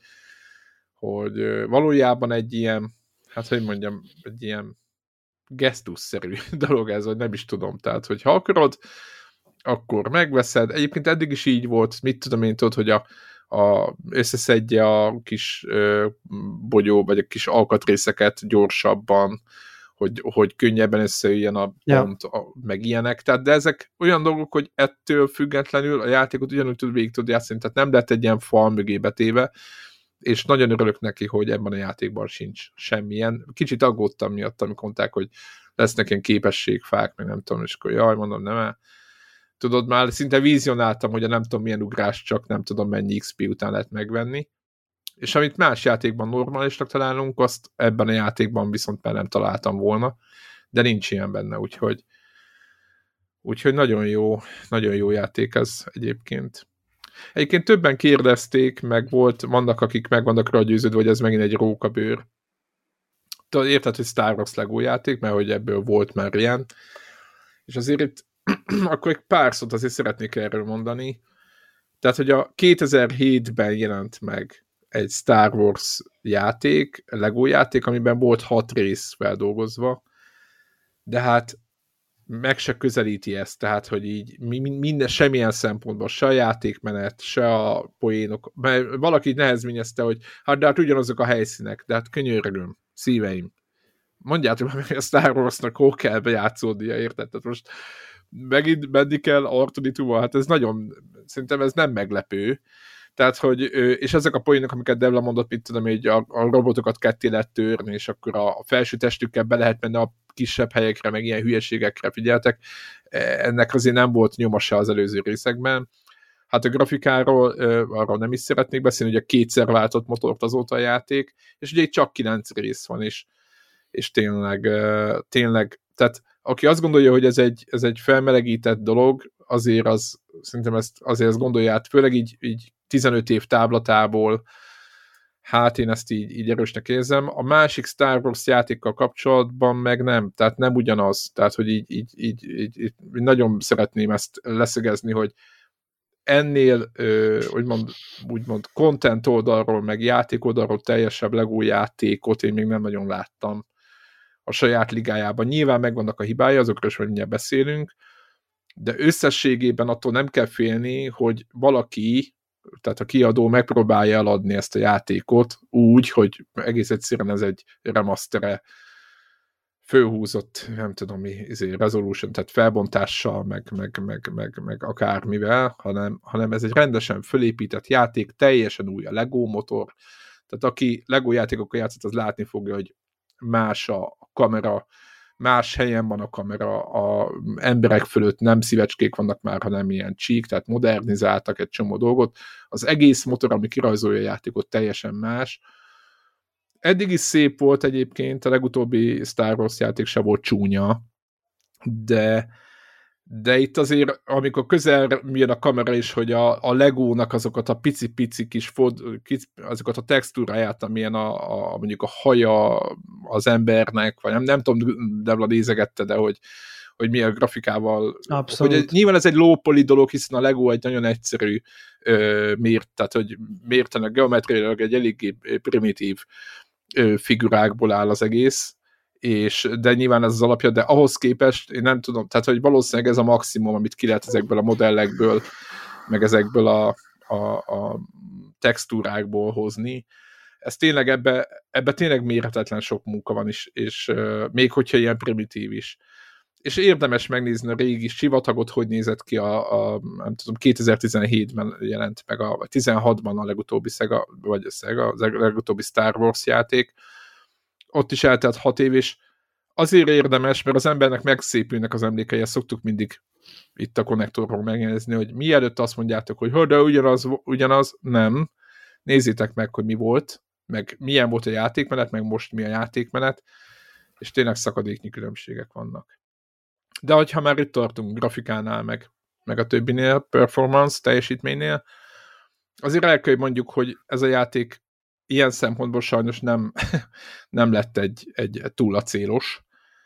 valójában egy ilyen, hát hogy mondjam, egy ilyen gesztusszerű dolog ez, vagy nem is tudom. Tehát, hogy ha akarod, akkor megveszed. Egyébként eddig is így volt, mit tudom én, tudod, hogy összeszedje a kis bogyó, vagy a kis alkatrészeket gyorsabban, hogy könnyebben összejöjjön a pont, meg ilyenek. Tehát, de ezek olyan dolgok, hogy ettől függetlenül a játékot ugyanúgy végig tud játszani, tehát nem lett egy ilyen fal mögé betéve, és nagyon örülök neki, hogy ebben a játékban sincs semmilyen. Kicsit aggódtam miatt, amikor mondták, hogy lesznek ilyen képességfák, meg nem tudom, és akkor jaj, mondom, nem. Tudod, már szinte vizionáltam, hogy a nem tudom milyen ugrás, csak nem tudom mennyi XP után lehet megvenni. És amit más játékban normálisnak találunk, azt ebben a játékban viszont már nem találtam volna, de nincs ilyen benne, úgyhogy nagyon jó játék ez egyébként. Egyébként többen kérdezték, meg vannak, akik meg vannak rá győződve, hogy ez megint egy rókabőr. Érted, hogy Star Wars LEGO játék, mert hogy ebből volt már ilyen. És azért itt akkor egy pár szót azért szeretnék erről mondani. Tehát, hogy a 2007-ben jelent meg egy Star Wars játék, LEGO játék, amiben volt 6 rész feldolgozva, de hát meg se közelíti ezt, tehát, hogy így minden, semmilyen szempontból, se a játékmenet, se a poénok, mert valaki nehezményezte, hogy de hát ugyanazok a helyszínek, de hát könyörgöm, szíveim. Mondjátok meg, hogy a Star Warsnak hol kell bejátszódnia, érted? Tehát most megint menni kell R2-D2-val, hát ez nagyon, szerintem ez nem meglepő. Tehát, hogy, és ezek a poénok, amiket Devla mondott, mit tudom, hogy a robotokat ketté lehet törni, és akkor a felső testükkel be lehet menni a kisebb helyekre, meg ilyen hülyeségekre, figyeltek. Ennek azért nem volt nyoma se az előző részekben. Hát a grafikáról arról nem is szeretnék beszélni, ugye kétszer váltott motort azóta a játék, és ugye itt csak 9 rész van, és tényleg, tehát aki azt gondolja, hogy ez egy felmelegített dolog, azért szerintem ezt gondolja át, főleg így 15 év távlatából, hát én ezt így erősnek érzem. A másik Star Wars játékkal kapcsolatban meg nem, tehát nem ugyanaz, tehát hogy így nagyon szeretném ezt leszögezni, hogy ennél úgymond content oldalról, meg játék oldalról teljesebb LEGO játékot én még nem nagyon láttam a saját ligájában. Nyilván megvannak a hibája, azokról is mindjárt beszélünk, de összességében attól nem kell félni, hogy valaki, tehát a kiadó megpróbálja eladni ezt a játékot úgy, hogy egész egyszerűen ez egy remastere fölhúzott, nem tudom mi, resolution, tehát felbontással, meg akármivel, hanem ez egy rendesen fölépített játék, teljesen új a LEGO motor, tehát aki LEGO játékokkal játszott, az látni fogja, hogy más a kamera, más helyen van a kamera, a emberek fölött nem szívecskék vannak már, hanem ilyen csík, tehát modernizáltak egy csomó dolgot. Az egész motor, ami kirajzolja a játékot, teljesen más. Eddig is szép volt egyébként, a legutóbbi Star Wars játék se volt csúnya, de itt azért, amikor közel jön a kamera is, hogy a Legónak azokat a pici-pici kis azokat a textúráját, amilyen mondjuk a haja az embernek, vagy nem tudom, Devla nézegette, de hogy mi a grafikával. Abszolút. Hogy nyilván ez egy low poly dolog, hiszen a Lego egy nagyon egyszerű tehát hogy mértenek geometriailag egy eléggé primitív figurákból áll az egész, de nyilván ez az alapja, de ahhoz képest én nem tudom, tehát hogy valószínűleg ez a maximum, amit ki lehet ezekből a modellekből, meg ezekből a textúrákból hozni. Ez tényleg ebbe tényleg mérhetetlen sok munka van is, és még hogyha ilyen primitív is. És érdemes megnézni a régi sivatagot, hogy nézett ki nem tudom, 2017-ben jelent meg, vagy 16-ban a legutóbbi a legutóbbi Star Wars játék. Ott is eltelt 6 év, és azért érdemes, mert az embernek megszépülnek az emlékei, ezt szoktuk mindig itt a konnektorról megjegyezni, hogy mielőtt azt mondjátok, hogy de ugyanaz, nem. Nézzétek meg, hogy mi volt, meg milyen volt a játékmenet, meg most mi a játékmenet, és tényleg szakadéknyi különbségek vannak. De hogyha már itt tartunk grafikánál, meg a többinél, performance, teljesítménynél, azért el kell mondjuk, hogy ez a játék ilyen szempontból sajnos nem lett egy túl acélos.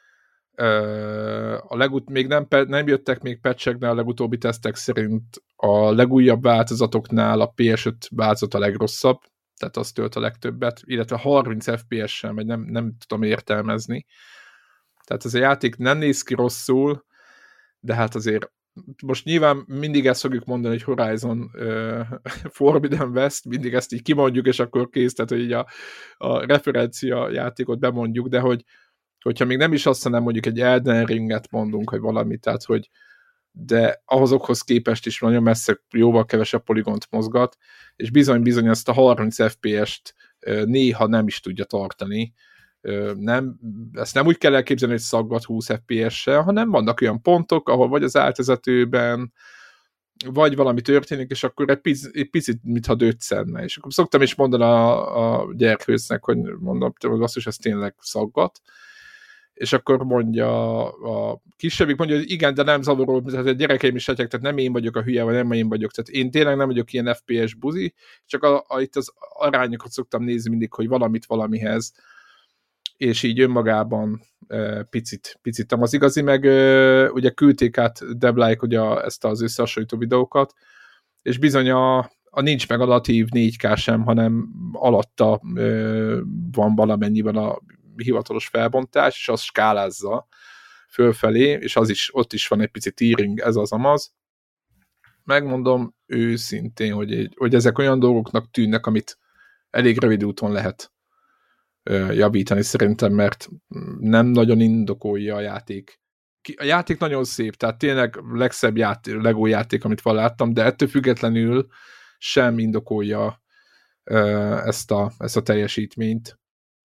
Még nem jöttek még patchek, de a legutóbbi tesztek szerint a legújabb változatoknál a PS5 változat a legrosszabb, tehát az tölt a legtöbbet, illetve 30 FPS-sel, vagy nem tudom értelmezni. Tehát ez a játék nem néz ki rosszul, de hát azért most nyilván mindig ezt fogjuk mondani, hogy Horizon Forbidden West, mindig ezt így kimondjuk, és akkor kész, tehát hogy így a referencia játékot bemondjuk, de hogyha még nem is azt, hanem mondjuk egy Elden Ringet mondunk, hogy valamit, tehát hogy de ahhozokhoz képest is nagyon messze jóval kevesebb poligont mozgat, és bizony ezt a 30 FPS-t néha nem is tudja tartani. Ezt nem úgy kell elképzelni, hogy szaggat 20 FPS-sel, hanem vannak olyan pontok, ahol vagy az átvezetőben, vagy valami történik, és akkor egy picit, mintha döccenne. És akkor szoktam is mondani a gyerkőcnek, hogy mondom, basszus, ez tényleg szaggat. És akkor mondja a kisebbik, mondja, hogy igen, de nem zavaró, tehát a gyerekeim is sejtek, tehát nem én vagyok a hülye, vagy nem én vagyok, tehát én tényleg nem vagyok ilyen FPS buzi, csak itt az arányokat szoktam nézni mindig, hogy valamit valamihez, és így önmagában picit az igazi, meg ugye küldték át Debláik ugye ezt az összehasonlító videókat, és bizony a nincs meg a natív 4K sem, hanem alatta van valamennyiben a hivatalos felbontás, és az skálázza fölfelé, és ott is van egy pici tearing, ez az amaz. Megmondom őszintén, hogy ezek olyan dolgoknak tűnnek, amit elég rövid úton lehet javítani szerintem, mert nem nagyon indokolja a játék. A játék nagyon szép, tehát tényleg legszebb Lego játék, amit láttam, de ettől függetlenül sem indokolja ezt a teljesítményt.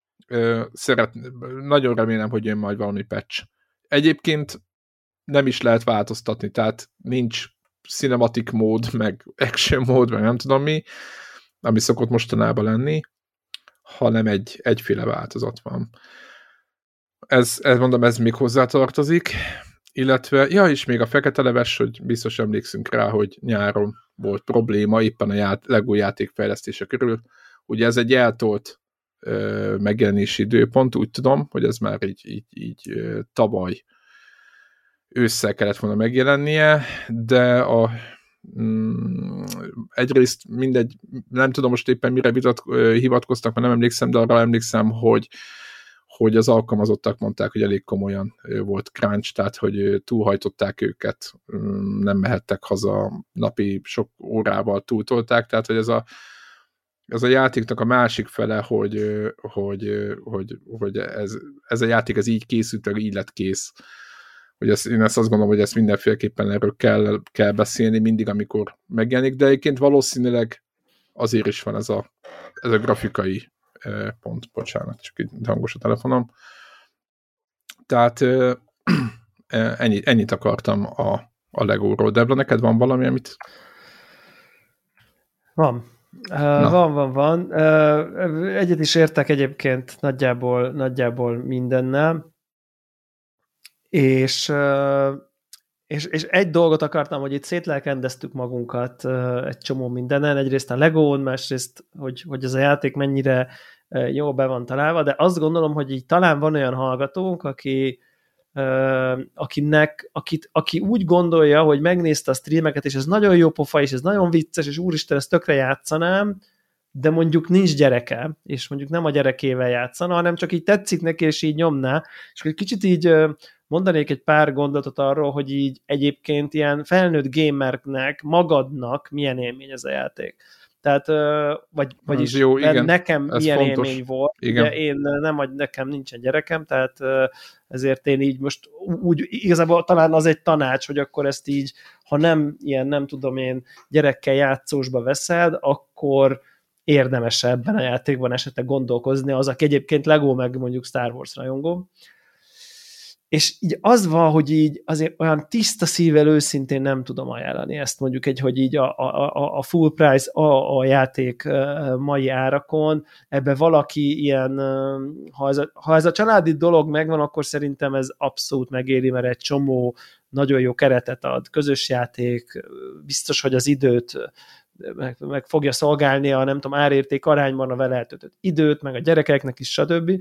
Nagyon remélem, hogy jön majd valami patch. Egyébként nem is lehet változtatni, tehát nincs cinematic mód, meg action mód, meg nem tudom mi, ami szokott mostanában lenni, hanem egyféle változat van. Ez még hozzátartozik, illetve, és még a fekete leves, hogy biztos emlékszünk rá, hogy nyáron volt probléma éppen a Lego játék fejlesztése körül. Ugye ez egy eltolt megjelenési időpont, úgy tudom, hogy ez már így tavaly ősszel kellett volna megjelennie, de egyrészt mindegy, nem tudom most éppen mire hivatkoztak, mert nem emlékszem, de arra emlékszem, hogy az alkalmazottak mondták, hogy elég komolyan volt crunch, tehát hogy túlhajtották őket, nem mehettek haza, napi sok órával túltolták, tehát hogy ez a játéknak a másik fele, hogy ez a játék ez így készült, így lett kész. Én ezt azt gondolom, hogy ezt mindenféleképpen erről kell beszélni mindig, amikor megjelenik, de egyébként valószínűleg azért is van ez a grafikai pont, bocsánat, csak így hangos a telefonom. Tehát ennyit akartam a Legóról. Debla, neked van valami, amit... Van. Van. Egyet is értek egyébként nagyjából mindennel. És egy dolgot akartam, hogy itt szétlelkendeztük magunkat egy csomó mindenen, egyrészt a Legón, másrészt, hogy ez a játék mennyire jól be van találva, de azt gondolom, hogy így talán van olyan hallgatónk, aki úgy gondolja, hogy megnézte a streameket, és ez nagyon jó pofa, és ez nagyon vicces, és úristen, ezt tökre játszanám, de mondjuk nincs gyereke, és mondjuk nem a gyerekével játszana, hanem csak így tetszik neki, és így nyomná, és egy kicsit így mondanék egy pár gondolatot arról, hogy így egyébként ilyen felnőtt gamernek, magadnak milyen élmény ez a játék. Tehát, vagyis jó, igen, nekem milyen fontos. élmény volt. Igen. Ugye nekem nincsen gyerekem, tehát ezért én így most úgy, igazából talán az egy tanács, hogy akkor ezt így, ha nem ilyen, nem tudom én, gyerekkel játszósba veszed, akkor érdemes ebben a játékban esetleg gondolkozni, az, aki egyébként Lego meg mondjuk Star Wars rajongó. És így az van, hogy így azért olyan tiszta szívvel őszintén nem tudom ajánlani ezt mondjuk hogy így a full price a játék mai árakon, ebbe valaki ilyen, ha ez a családi dolog megvan, akkor szerintem ez abszolút megéri, mert egy csomó nagyon jó keretet ad, közös játék, biztos, hogy az időt meg fogja szolgálni a nem tudom árérték arányban a vele eltöltött időt, meg a gyerekeknek is, stb.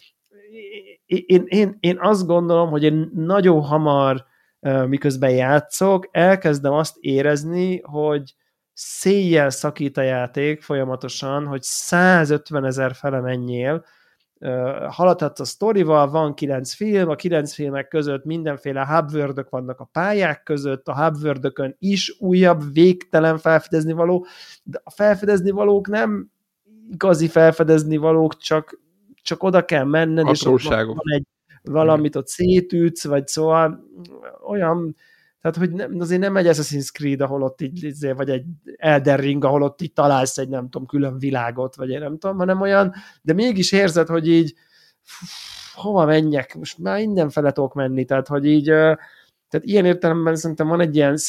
Én azt gondolom, hogy én nagyon hamar, miközben játszok, elkezdem azt érezni, hogy széjjel szakít a játék folyamatosan, hogy 150 000 fele menjél, haladhatsz a sztorival, van 9 film, a 9 filmek között mindenféle hubworld-ök vannak a pályák között, a hubworld-ökön is újabb, végtelen felfedezni való, de a felfedezni valók nem igazi felfedezni valók, csak oda kell menned, és ott van valamit ott szétütsz, vagy szóval olyan, tehát hogy azért nem egy Assassin's Creed, ahol ott így, vagy egy Elden Ring, ahol ott így találsz egy nem tudom, külön világot, vagy én nem tudom, hanem olyan, de mégis érzed, hogy így hova menjek, most már mindenfele tudok menni, tehát hogy így, tehát ilyen értelemben szerintem van egy ilyen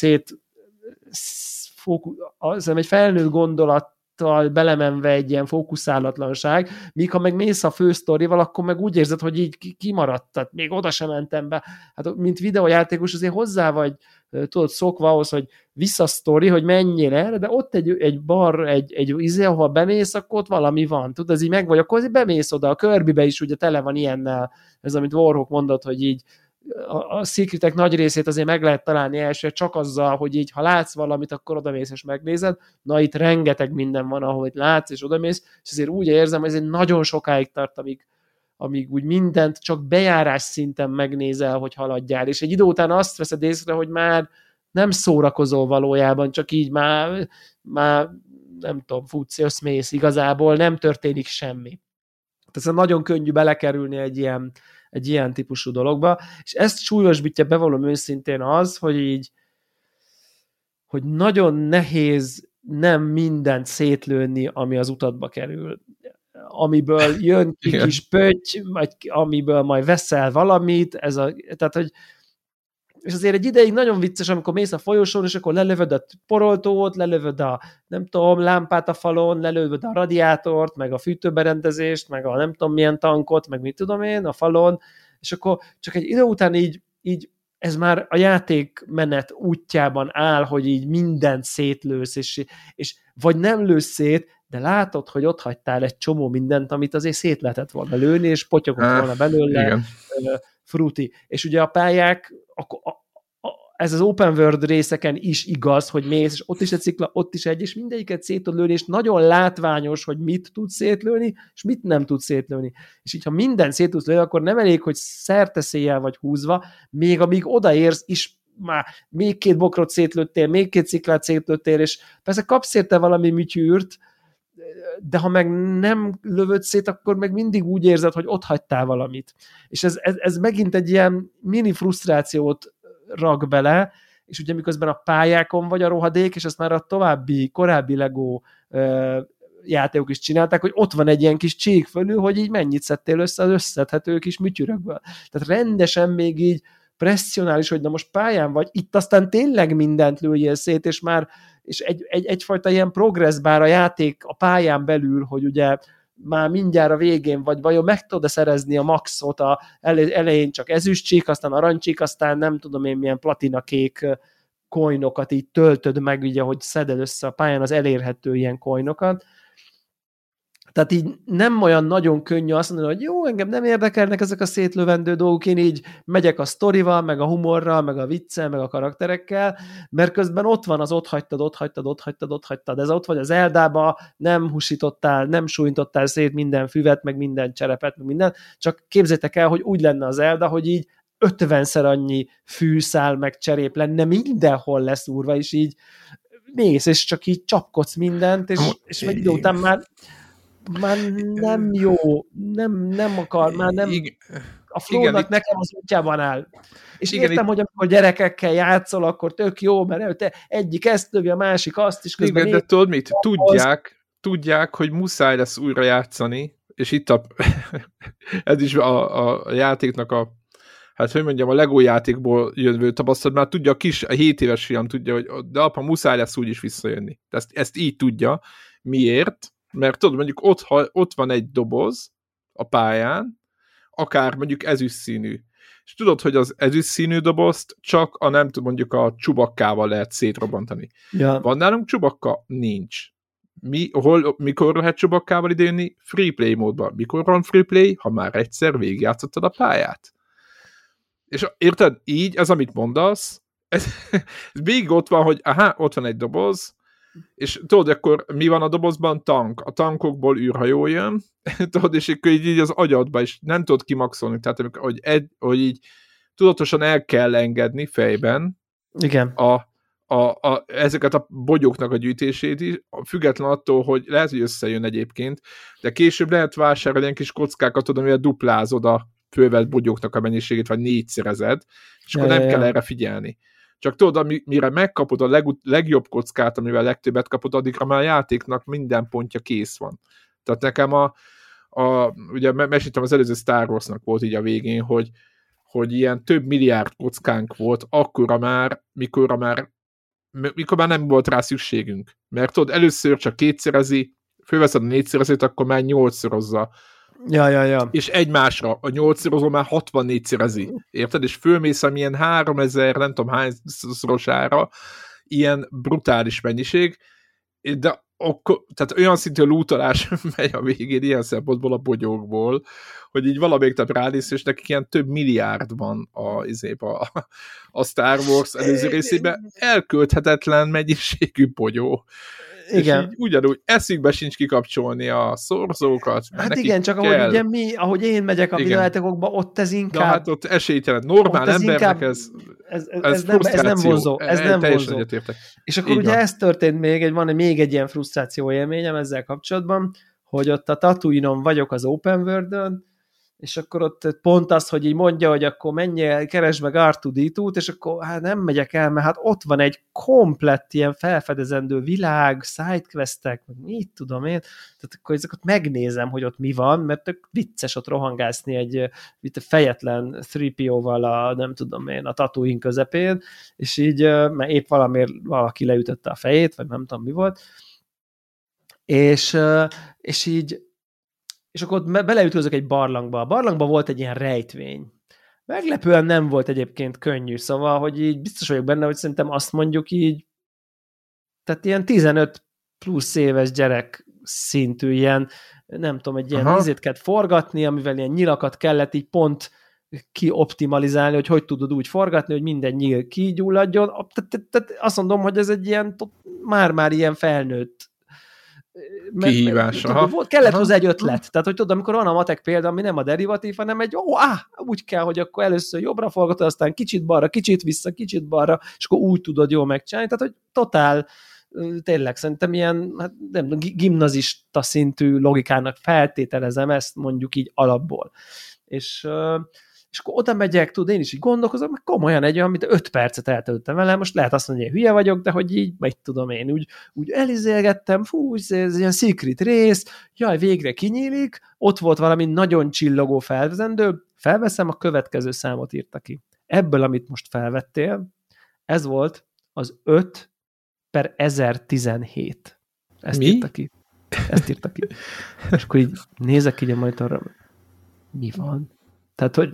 egy felnőtt gondolat belemenve egy ilyen fókuszálatlanság, míg ha meg mész a fősztorival, akkor meg úgy érzed, hogy így kimaradtad, még oda sem mentem be. Hát mint videójátékos azért hozzá vagy tudod szokva ahhoz, hogy visszasztori, hogy menjél erre, de ott egy bar, egy izé, ahol bemész, akkor ott valami van. Tudod, ez így meg vagy, akkor azért bemész oda, a Kirbybe is ugye tele van ilyennel, ez amit Warhawk mondott, hogy így a secretek nagy részét azért meg lehet találni elsőre csak azzal, hogy így, ha látsz valamit, akkor odamész és megnézed. Na, itt rengeteg minden van, ahol látsz és odamész, és azért úgy érzem, hogy ez nagyon sokáig tart, amíg úgy mindent csak bejárás szinten megnézel, hogy haladjál, és egy idő után azt veszed észre, hogy már nem szórakozol valójában, csak így már nem tudom, futsz, összmész, igazából nem történik semmi. Tehát nagyon könnyű belekerülni egy ilyen típusú dologba, és ezt súlyosbítja, bevallom őszintén az, hogy nagyon nehéz nem mindent szétlőni, ami az utadba kerül. Amiből jön ki kis pötty, vagy amiből majd veszel valamit, tehát, hogy és azért egy ideig nagyon vicces, amikor mész a folyosón, és akkor lelövöd a poroltót, lelövöd a, nem tudom, lámpát a falon, lelövöd a radiátort, meg a fűtőberendezést, meg a nem tudom milyen tankot, meg mit tudom én, a falon, és akkor csak egy idő után így ez már a játékmenet útjában áll, hogy így mindent szétlősz, és vagy nem lősz szét, de látod, hogy ott hagytál egy csomó mindent, amit azért szét lehetett volna lőni, és potyogott volna belőle fruti. És ugye a pályák, ez az open world részeken is igaz, hogy mész, és ott is egy szikla, ott is egy, és mindegyiket szét tud lőni, és nagyon látványos, hogy mit tud szétlőni, és mit nem tud szétlőni. És így, ha minden szét tudsz lőni, akkor nem elég, hogy szerteszéjjel vagy húzva, még amíg odaérsz, is már még 2 bokrot szétlőttél, még 2 sziklát szétlőttél, és persze kapsz érte valami műtyűrt, de ha meg nem lövöd szét, akkor meg mindig úgy érzed, hogy ott hagytál valamit. És ez megint egy ilyen mini frusztrációt rak bele, és ugye miközben a pályákon vagy a rohadék, és ezt már a korábbi Lego játékok is csinálták, hogy ott van egy ilyen kis csík fölül, hogy így mennyit szedtél össze az összeszedhető kis műtyürökből. Tehát rendesen még így presszionális, hogy na most pályán vagy, itt aztán tényleg mindent lőjél szét, és egyfajta ilyen progress bár a játék a pályán belül, hogy ugye már mindjárt a végén, vagy vajon meg tudod szerezni a maxot, elején csak ezüstcsík, aztán aranycsík, aztán nem tudom én milyen platinakék coinokat így töltöd meg, ugye, hogy szeded össze a pályán az elérhető ilyen coinokat. Tehát így nem olyan nagyon könnyű azt mondani, hogy jó, engem nem érdekelnek ezek a szétlövendő dolgok, én így megyek a sztorival, meg a humorral, meg a viccel, meg a karakterekkel, mert közben ott van az ott hagytad. Ez ott vagy az Eldába, nem húsítottál, nem súlyintottál szét minden füvet, meg minden cserepet, meg minden, csak képzeljétek el, hogy úgy lenne az Elda, hogy így 50-szer annyi fűszál, meg cserép lenne, mindenhol lesz úrva, és így mész, és csak így csapkodsz mindent, és egy idő után már nem jó, nem akar, már nem a flónak nekem az útjában áll. És igen, értem, hogy amikor gyerekekkel játszol, akkor tök jó, mert egyik ezt lövi, a másik azt is. Igen, de tudod mit? Tudják, hogy muszáj lesz újra játszani, és itt ez is a játéknak hát hogy mondjam, a Lego játékból jövő tapasztalat, már tudja, a 7 éves fiam tudja, hogy de apa, muszáj lesz úgyis visszajönni. Ezt így tudja. Miért? Mert tudod, mondjuk ott van egy doboz a pályán, akár mondjuk ezüstszínű. És tudod, hogy az ezüstszínű dobozt csak nem tudom, mondjuk a csubakkával lehet szétrobbantani. Ja. Van nálunk csubakka? Nincs. Mikor lehet csubakkával idejönni? Free play módban. Mikor van free play? Ha már egyszer végigjátszottad a pályát. És érted? Így, ez amit mondasz, ez végig ott van, hogy ott van egy doboz, és tudod, akkor mi van a dobozban? Tank. A tankokból űrhajó jön, tudod, és akkor így az agyadba is nem tudod kimaxolni, tehát hogy így tudatosan el kell engedni fejben igen. ezeket a bogyóknak a gyűjtését is, független attól, hogy lehet, hogy összejön egyébként, de később lehet vásárolni ilyen kis kockákat, tudom, amivel duplázod a fölvett bogyóknak a mennyiségét, vagy 4-szerezed, és akkor nem kell erre figyelni. Csak tudod, mire megkapod a legjobb kockát, amivel legtöbbet kapod, addigra már a játéknak minden pontja kész van. Tehát nekem ugye meséltem, az előző Star Warsnak volt így a végén, hogy ilyen több milliárd kockánk volt akkora már, mikor már nem volt rá szükségünk. Mert tudod, először csak 2-szerezi, fölveszed a 4-szerezőt, akkor már 8-szorozza. Ja. És egymásra a 8-szorozó már 64-szerezi. Érted? És fölmész amilyen 3000, nem tudom hány szorosára, ilyen brutális mennyiség, de akkor, tehát olyan szintű lootolás megy a végén ilyen szempontból a bogyókból, hogy így valamelyik nap ránéz, és nekik ilyen több milliárd van a Star Wars előző részében, elkölthetetlen mennyiségű bogyó. Igen. És így ugyanúgy eszükbe sincs kikapcsolni a szorzókat. Hát igen, csak ahogy ugye ahogy én megyek a videójátékokba, ott ez inkább... De hát ott esélytelen. Normál embernek ez nem vonzó. Ez nem vonzó. És akkor így ugye van. ez történt van még egy ilyen frusztráció élményem ezzel kapcsolatban, hogy ott a Tatooine-on vagyok az Open World-ön, és akkor ott pont az, hogy így mondja, hogy akkor menjél, keresd meg R2-D2-t, és akkor hát nem megyek el, mert hát ott van egy komplett ilyen felfedezendő világ, sidequestek, mit tudom én, tehát akkor ezeket megnézem, hogy ott mi van, mert tök vicces ott rohangászni egy fejetlen 3PO-val nem tudom én, a Tatooine közepén, és így, mert épp valamiért valaki leütötte a fejét, vagy nem tudom mi volt, és így és akkor beleütközök egy barlangba. A barlangban volt egy ilyen rejtvény. Meglepően nem volt egyébként könnyű, szóval, hogy így biztos vagyok benne, hogy szerintem azt mondjuk így, tehát ilyen 15 plusz éves gyerek szintű ilyen, nem tudom, egy ilyen ízét kellett forgatni, amivel ilyen nyilakat kellett így pont kioptimalizálni, hogy tudod úgy forgatni, hogy minden nyíl kigyulladjon. Tehát azt mondom, hogy ez egy ilyen, már ilyen felnőtt kihívás. Kellett hozzá egy ötlet. Tehát, hogy tudod, amikor van a matek példa, ami nem a derivatív, hanem egy, úgy kell, hogy akkor először jobbra forgatod, aztán kicsit balra, kicsit vissza, kicsit balra, és akkor úgy tudod jól megcsinálni. Tehát, hogy totál, tényleg szerintem ilyen, hát nem gimnazista szintű logikának feltételezem ezt mondjuk így alapból. És akkor oda megyek, tudod, én is így gondolkozom, meg komolyan egy olyan, amit 5 percet eltöltöttem vele, most lehet azt mondani, hogy hülye vagyok, de hogy így, meg tudom én, úgy elizélgettem, ez ilyen secret rész, jaj, végre kinyílik, ott volt valami nagyon csillogó felvezendő, felveszem, a következő számot írta ki. Ebből, amit most felvettél, ez volt az 5/1017. Ezt írta ki. És akkor így nézek így a monitorra, mi van? Tehát, hogy...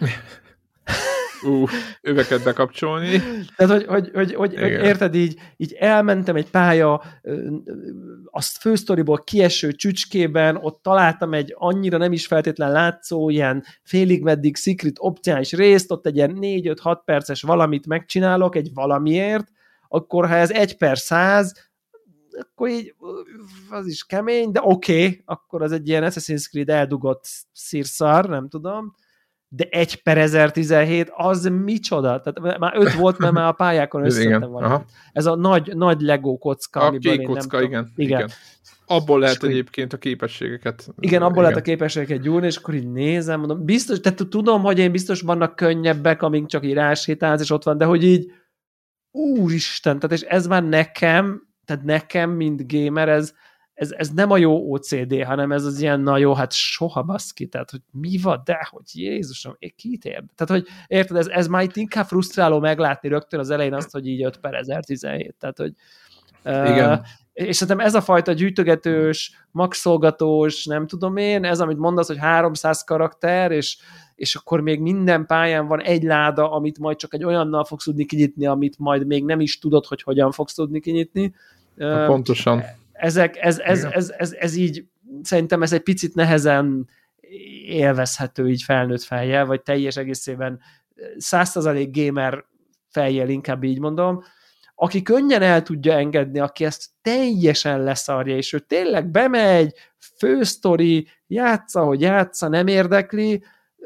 Öveket bekapcsolni. Tehát, hogy érted, így elmentem egy pálya, azt fősztoriból kieső csücskében, ott találtam egy annyira nem is feltétlen látszó, ilyen félig meddig secret opciális részt, ott egy ilyen 4-5-6 perces valamit megcsinálok egy valamiért, akkor ha ez 1/100, akkor így az is kemény, de oké, akkor az egy ilyen Assassin's Creed eldugott szírszar, nem tudom, de 1/1017 az micsoda? Tehát már 5 volt, mert már a pályákon összetettem valamit. Ez a nagy Lego kocka, a kék kocka, igen. Abból lehet egyébként a képességeket. Igen, abból lehet a képességeket gyúrni, és akkor így nézem, mondom, biztos, tehát tudom, hogy én biztos vannak könnyebbek, amik csak így ráshétálsz, és ott van, de hogy így úristen, tehát és ez már nekem, mint gamer, ez nem a jó OCD, hanem ez az ilyen, na jó, hát soha baszki, tehát, hogy mi van, de, hogy Jézusom, kit ér? Tehát, hogy érted, ez már itt inkább frusztráló meglátni rögtön az elején azt, hogy így 5/1017, tehát, hogy igen. És szerintem ez a fajta gyűjtögetős, maxolgatós, nem tudom én, ez, amit mondasz, hogy 300 karakter, és akkor még minden pályán van egy láda, amit majd csak egy olyannal fogsz tudni kinyitni, amit majd még nem is tudod, hogy hogyan fogsz tudni kinyitni. Pontosan. Ez így, szerintem ez egy picit nehezen élvezhető így felnőtt fejjel, vagy teljes egészében 100% gamer fejjel, inkább így mondom, aki könnyen el tudja engedni, aki ezt teljesen leszarja, és ő tényleg bemegy, fősztori, játsza, hogy játsza, nem érdekli,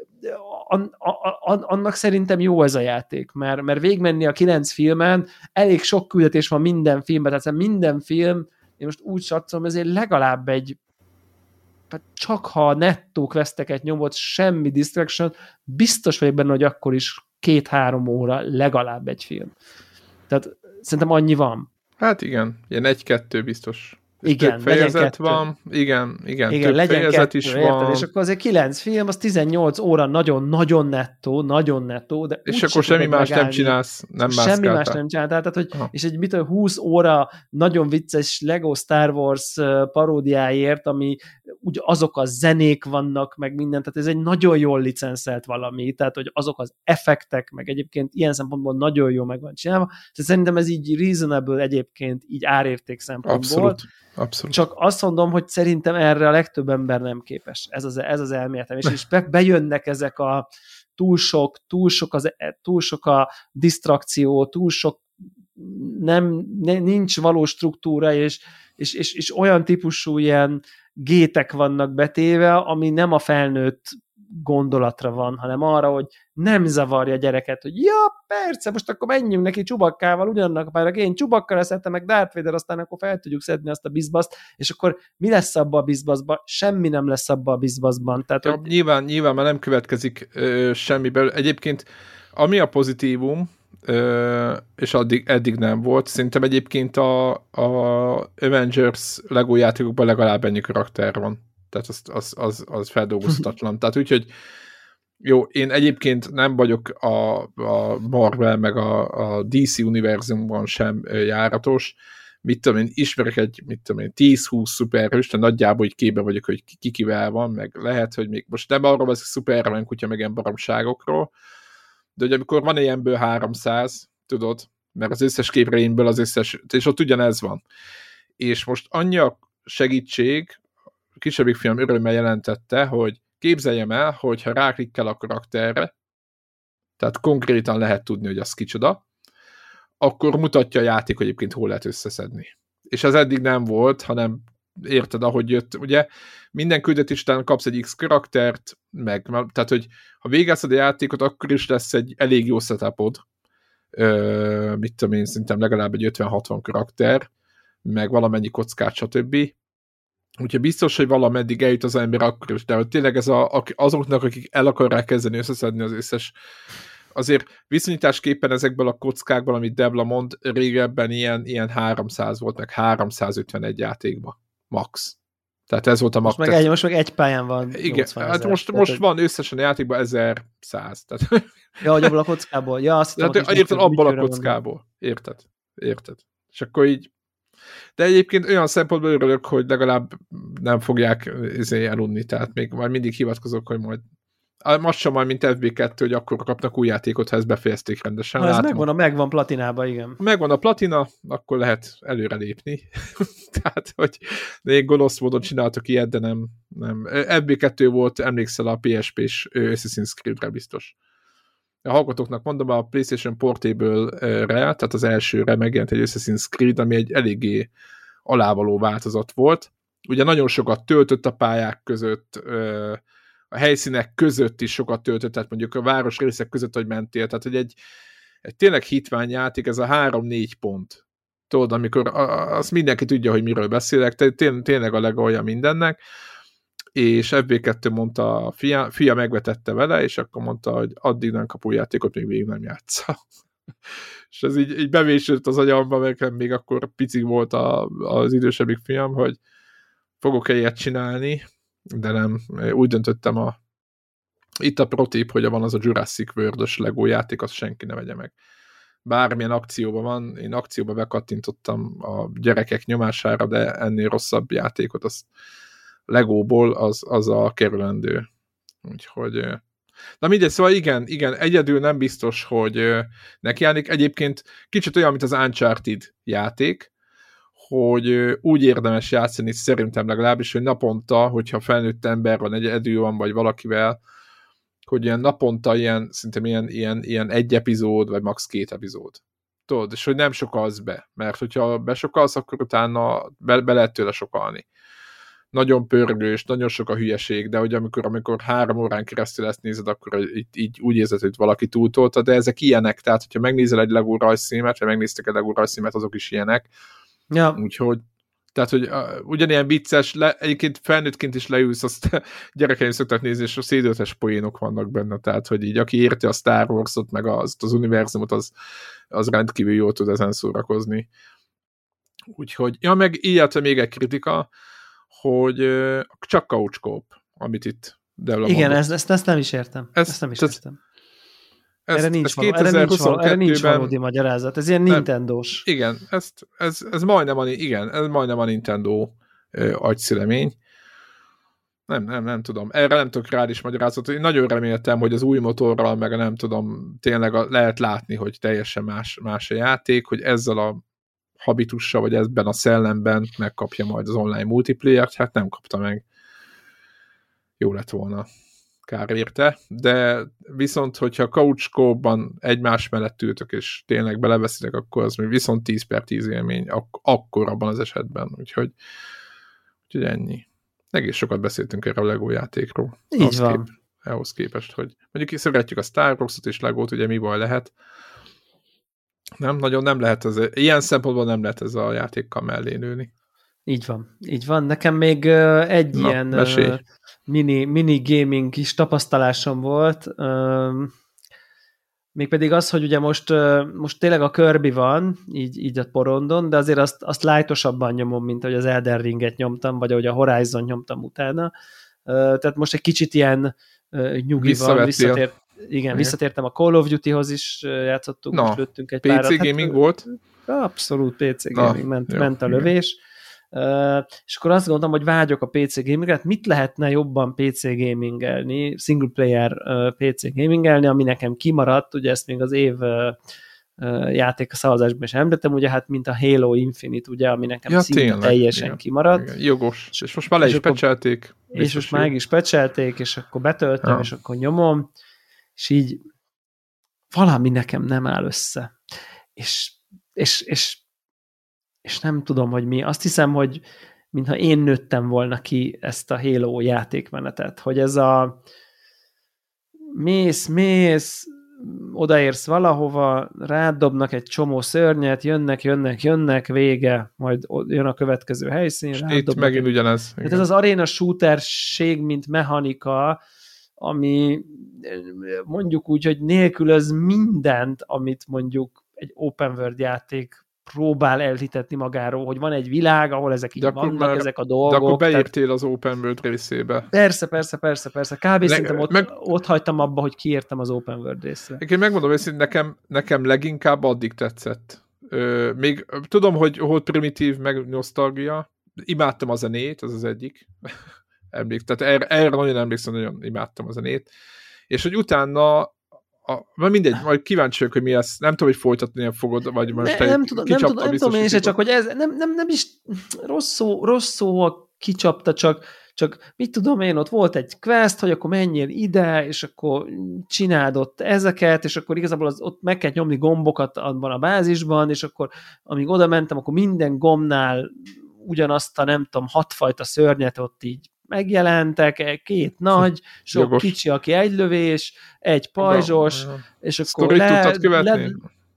annak szerintem jó ez a játék, mert végigmenni a 9 filmen, elég sok küldetés van minden filmben, tehát minden film, én most úgy satszolom, ezért legalább csak ha nettó questeket nyomott, semmi distraction, biztos vagyok benne, hogy akkor is 2-3 óra legalább egy film. Tehát szerintem annyi van. Hát igen, ilyen 1-2 biztos. Igen, több fejezet van, igen, több legyen fejezet 2, is érted? van. És akkor azért 9 film, az 18 óra nagyon nettó, de és akkor semmi más nem csinálsz, nem mászkáltál. Semmi más nem csináltál, tehát, hogy, és egy 20 óra nagyon vicces Lego Star Wars paródiáért, ami úgy azok a zenék vannak, meg minden, tehát ez egy nagyon jól licenszelt valami, tehát, hogy azok az effektek, meg egyébként ilyen szempontból nagyon jó meg van csinálva, tehát szerintem ez így reasonable egyébként, így árérték szempontból. Abszolút. Csak azt mondom, hogy szerintem erre a legtöbb ember nem képes. Ez az elméletem. És bejönnek ezek a túl sok a disztrakció, túl sok nincs valós struktúra, és olyan típusú ilyen gétek vannak betéve, ami nem a felnőtt gondolatra van, hanem arra, hogy nem zavarja a gyereket, hogy ja, persze, most akkor menjünk neki Csubakkával, ugyanannak a pályára, én Csubakkára szedtem meg Darth Vader, aztán akkor fel tudjuk szedni azt a bizbaszt, és akkor mi lesz abba a bizbaszban? Semmi nem lesz abba a bizbaszban. Tehát, ja, hogy... nyilván már nem következik semmiből. Egyébként ami a pozitívum, és eddig nem volt, szerintem egyébként a Avengers Lego játékokban legalább ennyi karakter van. Tehát az feldolgozhatatlan. Tehát úgyhogy jó, én egyébként nem vagyok a Marvel meg a DC univerzumban sem járatos. Mit tudom én, ismerek egy 10-20 szuperhős, de nagyjából így képben vagyok, hogy kivel van, meg lehet, hogy még most nem arról beszélek Superman kutya, meg ilyen baromságokról, de hogy amikor van ilyenből 300, tudod, mert az összes képreimből az összes, és ott ugyanez van. És most annyi a segítség, a kisebbik fiam örömmel jelentette, hogy képzeljem el, hogyha ráklikkel a karakterre, tehát konkrétan lehet tudni, hogy az kicsoda, akkor mutatja a játék, hogy egyébként hol lehet összeszedni. És ez eddig nem volt, hanem érted, ahogy jött, ugye minden küldetés után kapsz egy X karaktert, tehát, hogy ha végezted a játékot, akkor is lesz egy elég jó setupod, mit tudom én, szerintem legalább egy 50-60 karakter, meg valamennyi kockát, stb. Úgyhogy biztos, hogy valameddig eljut az ember akkor is, de hogy tényleg ez azoknak, akik el akarják kezdeni összeszedni az összes, azért viszonyításképpen ezekből a kockákból, amit Debla mond, régebben ilyen 300 volt, meg 351 játékban. Max. Tehát ez volt a max. Most meg egy pályán van. Igen, hát most van összesen a játékban 1100. Tehát... Ja, hogy abból a kockából. Ja, azt tehát érted, abból a kockából. Érted. És akkor így de egyébként olyan szempontból örülök, hogy legalább nem fogják elunni, tehát még majd mindig hivatkozok, hogy majd most sem majd, mint FB2, hogy akkor kapnak új játékot, ha ezt befejezték rendesen. Ha ez megvan platinába, igen. Megvan a platina, akkor lehet előrelépni. Tehát, hogy még gonosz módon csináltak ilyet, de nem. FB2 volt, emlékszel a PSP-s Assassin's Creed-re biztos. A hallgatóknak mondom, a PlayStation Portable-re, tehát az elsőre megjelent egy Assassin's Creed, ami egy eléggé alávaló változat volt. Ugye nagyon sokat töltött a pályák között, a helyszínek között is sokat töltött, tehát mondjuk a városrészek között, hogy mentél, tehát hogy egy tényleg hitványjáték, ez a 3-4 pont. Tudod, amikor azt mindenki tudja, hogy miről beszélek, tényleg a legolja mindennek, és FB2 mondta, a fia megvetette vele, és akkor mondta, hogy addig nem kap új játékot, még végig nem játsza. És ez így bevésült az agyamba, meg még akkor picig volt az idősebbik fiam, hogy fogok-e ilyet csinálni, de nem. Úgy döntöttem itt a protip, hogy van az a Jurassic World-ös Lego játék, azt senki ne vegye meg. Bármilyen akcióban van, én akcióba bekattintottam a gyerekek nyomására, de ennél rosszabb játékot az Legóból az a kerülendő. Úgyhogy... Na mindegy, szóval igen, egyedül nem biztos, hogy nekiállnék. Egyébként kicsit olyan, mint az Uncharted játék, hogy úgy érdemes játszani, szerintem legalábbis, hogy naponta, hogyha felnőtt ember van, egyedül van, vagy valakivel, hogy ilyen naponta szerintem ilyen egy epizód, vagy max. 2 epizód. Tudod, és hogy nem sokalsz be, mert hogyha besokalsz, akkor utána be lehet tőle sokalni. Nagyon pörgős, nagyon sok a hülyeség, de hogy amikor 3 órán keresztül ezt nézed, akkor így úgy érzed, hogy valaki túltolta, de ezek ilyenek, tehát hogyha megnézel egy Lego rajzfilmet, vagy megnéztek egy Lego rajzfilmet, azok is ilyenek. Ja. Úgyhogy tehát, hogy ugyanilyen vicces, egyébként felnőttként is leülsz, azt gyerekeim szoktak nézni, és a szédületes poénok vannak benne, tehát, hogy így aki érti a Star Wars-ot, meg az univerzumot, az rendkívül jól tud ezen szórakozni. Úgyhogy, meg illetve még egy kritika, hogy csak couch co-op, amit itt Devla igen, mondott. ezt nem is értem. Ezt nem is értem. Erre nincs valódi magyarázat. Ez ilyen Nintendo-s. Igen, ez majdnem a Nintendo agyszülemény. Nem tudom. Erre nem tudok rád is magyarázatot. Én nagyon reméltem, hogy az új motorral, meg nem tudom, tényleg lehet látni, hogy teljesen más a játék, hogy ezzel a habitussal, vagy ebben a szellemben megkapja majd az online multiplayer-t, hát nem kapta meg. Jó lett volna. Kár érte, de viszont, hogyha couch co-ban egymás mellett ültök, és tényleg beleveszitek, akkor az még viszont 10/10 élmény, akkor abban az esetben. Úgyhogy ennyi. Egész sokat beszéltünk erre a Lego játékról. Így van. Ahhoz képest, hogy mondjuk szeretjük a Star Wars-ot és Legót, ugye mi baj lehet. Nem lehet ilyen szempontból nem lehet ez a játékkal mellé nőni. Így van. Nekem még egy ilyen mini gaming kis tapasztalásom volt, mégpedig az, hogy ugye most tényleg a Kirby van, így a porondon, de azért azt light-osabban nyomom, mint ahogy az Elden Ringet nyomtam, vagy ahogy a Horizon nyomtam utána. Tehát most egy kicsit ilyen nyugi van, visszatértem a Call of Duty-hoz is, játszottunk, most lőttünk egy párat. PC gaming volt? Abszolút PC gaming, ment a lövés. És akkor azt gondoltam, hogy vágyok a PC gamingre, hát mit lehetne jobban PC gamingelni, single player PC gamingelni, ami nekem kimaradt, ugye ezt még az év játék a szavazásban is említettem, ugye hát mint a Halo Infinite, ugye, ami nekem szinte teljesen kimaradt. Igen. Jogos. És most már le is pecselték. És most már is pecselték, és akkor betöltöm, és akkor nyomom, és így valami nekem nem áll össze. És nem tudom, hogy mi. Azt hiszem, hogy mintha én nőttem volna ki ezt a Halo játékmenetet, hogy ez a mész, odaérsz valahova, rád dobnak egy csomó szörnyet, jönnek, vége, majd jön a következő helyszín. Itt megint ugyanez. Ez az aréna shooterség, mint mechanika, ami mondjuk úgy, hogy nélkülöz mindent, amit mondjuk egy open world játék próbál elhitetni magáról, hogy van egy világ, ahol ezek így vannak, ezek a dolgok. De akkor beértél az open world részébe. Persze. Kb. Szerintem ott hagytam abba, hogy kiértem az open world részre. Én megmondom őszintén, nekem leginkább addig tetszett. Még tudom, hogy hol primitív, meg nosztalgia. Imádtam a zenét, az egyik. Tehát erre nagyon emlékszem, nagyon imádtam a zenét. És hogy utána mindegy, majd kíváncsi vagyok, hogy mi ez. Nem tudom, hogy folytatni fogod, vagy most nem tudom én se, csak hogy ez nem is rossz szó, ha kicsapta, csak mit tudom én, ott volt egy quest, hogy akkor menjél ide, és akkor csináld ott ezeket, és akkor igazából ott meg kell nyomni gombokat abban a bázisban, és akkor amíg oda mentem, akkor minden gombnál ugyanazt a nem tudom, 6 fajta szörnyet ott így megjelentek, 2 nagy, sok jogos. Kicsi, aki egy lövés, egy pajzsos, és akkor sztorit tudtad követni?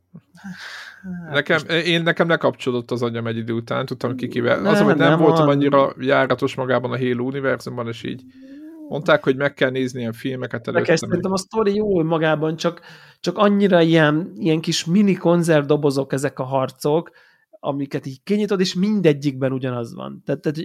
Nekem lekapcsolódott az agyam egy idő után, tudtam kivel. Az, hogy nem voltam annyira járatos magában a Halo univerzumban, és így mondták, hogy meg kell nézni ilyen filmeket előtte. Szerintem a sztori jó magában, csak annyira ilyen kis mini konzervdobozok ezek a harcok, amiket így kinyitod, és mindegyikben ugyanaz van. És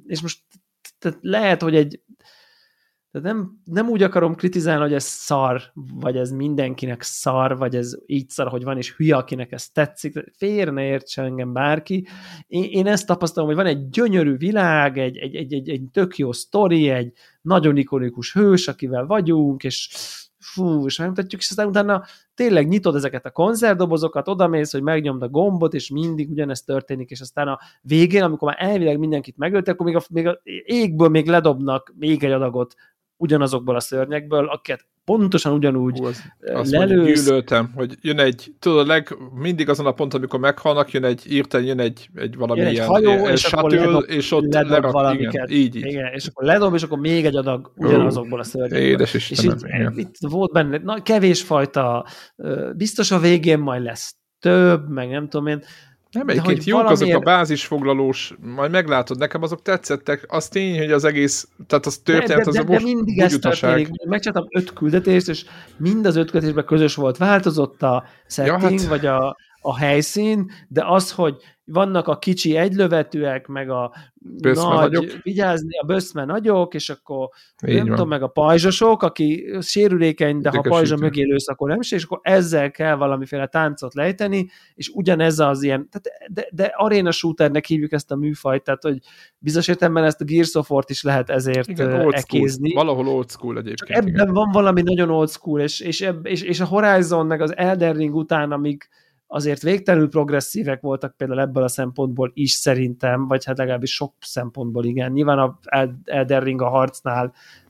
és most tehát lehet, hogy tehát nem úgy akarom kritizálni, hogy ez szar, vagy ez mindenkinek szar, vagy ez így szar, hogy van, és hülye, akinek ez tetszik. Félre ne értsen engem bárki. Én ezt tapasztalom, hogy van egy gyönyörű világ, egy tök jó sztori, egy nagyon ikonikus hős, akivel vagyunk, és megmutatjuk, és aztán utána tényleg nyitod ezeket a konzervdobozokat, odamész, hogy megnyomd a gombot, és mindig ugyanezt történik, és aztán a végén, amikor már elvileg mindenkit megöltek, akkor még a égből még ledobnak még egy adagot ugyanazokból a szörnyekből, akiket pontosan ugyanúgy lelősz. Gyűlöltem, hogy jön mindig azon a ponton, amikor meghalnak, jön egy valami jön egy ilyen hajó, és shuttle, és ott ledob valamiket. Így. Igen, és akkor ledob, és akkor még egy adag ugyanazokból a szörnyekből. Édes Istenem, és itt volt benne kevés fajta, biztos a végén majd lesz több, meg nem tudom én. Nem, egyébként jók azok a bázisfoglalós, majd meglátod, nekem azok tetszettek, az tény, hogy az egész, tehát az történet, az most mindig ez történik. Megcsináltam 5 küldetést, és mind az 5 küldetésben közös volt. Változott a setting, vagy a helyszín, de az, hogy vannak a kicsi egylövetűek, meg a nagy, vigyázni, a böszme nagyok, és akkor nem tudom, meg a pajzsosok, aki sérülékeny, de ha a pajzsa mögé lősz, akkor nem, és akkor ezzel kell valamiféle táncot lejteni, és ugyanez az ilyen, de arena shooternek hívjuk ezt a műfajt, tehát hogy bizonyos értelemben ezt a Gears of War-t is lehet ezért ekézni. Valahol old school egyébként. Ebben van valami nagyon old school, és a Horizon, meg az Elden Ring után, amíg azért végtelenül progresszívek voltak például ebből a szempontból is szerintem, vagy hát legalábbis sok szempontból igen. Nyilván a Elden Ring a harcnál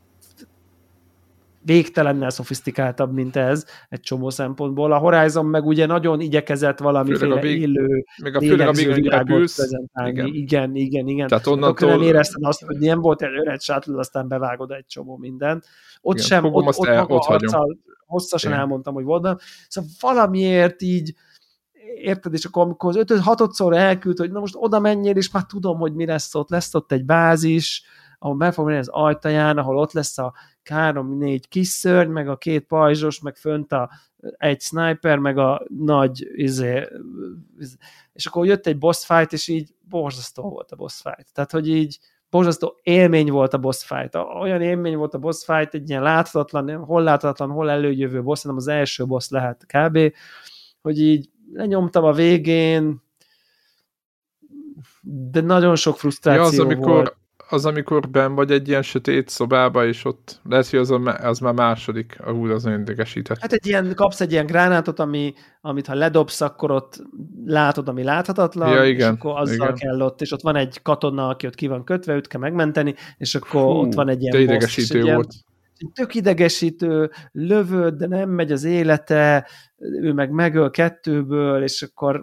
végtelennel szofisztikáltabb, mint ez egy csomó szempontból. A Horizon meg ugye nagyon igyekezett valamiféle élő, lélegző világot prezentálni. Igen. Tehát onnantól... nem érezted azt, hogy nem volt egy öreg shuttle, aztán bevágod egy csomó mindent. Ott igen, sem, ott harccal hosszasan elmondtam, hogy volt. Szóval valamiért így érted, és akkor amikor az 5-6-szor elküld, hogy na most oda menjél, és már tudom, hogy mi lesz ott egy bázis, ahol be fog menni az ajtaján, ahol ott lesz a 3-4 kis szörny, meg a 2 pajzsos, meg fönt egy sniper, meg a nagy és akkor jött egy boss fight, és így borzasztó volt a boss fight. Tehát, hogy így borzasztó élmény volt a boss fight. Olyan élmény volt a boss fight, egy ilyen láthatatlan, hol előjövő boss, hanem az első boss lehet kb., hogy így lenyomtam a végén, de nagyon sok frusztráció volt. Amikor benn vagy egy ilyen sötét szobába, és ott lehet, hogy az már második, az nagyon idegesített. Hát kapsz egy ilyen gránátot, amit ha ledobsz, akkor ott látod, ami láthatatlan, ja, igen, és akkor azzal kell ott, és ott van egy katona, aki ott ki van kötve, őt kell megmenteni, és akkor ott van egy ilyen idegesítő boss, volt. Tök idegesítő, lövöd, de nem megy az élete, ő meg megöl 2-ből, és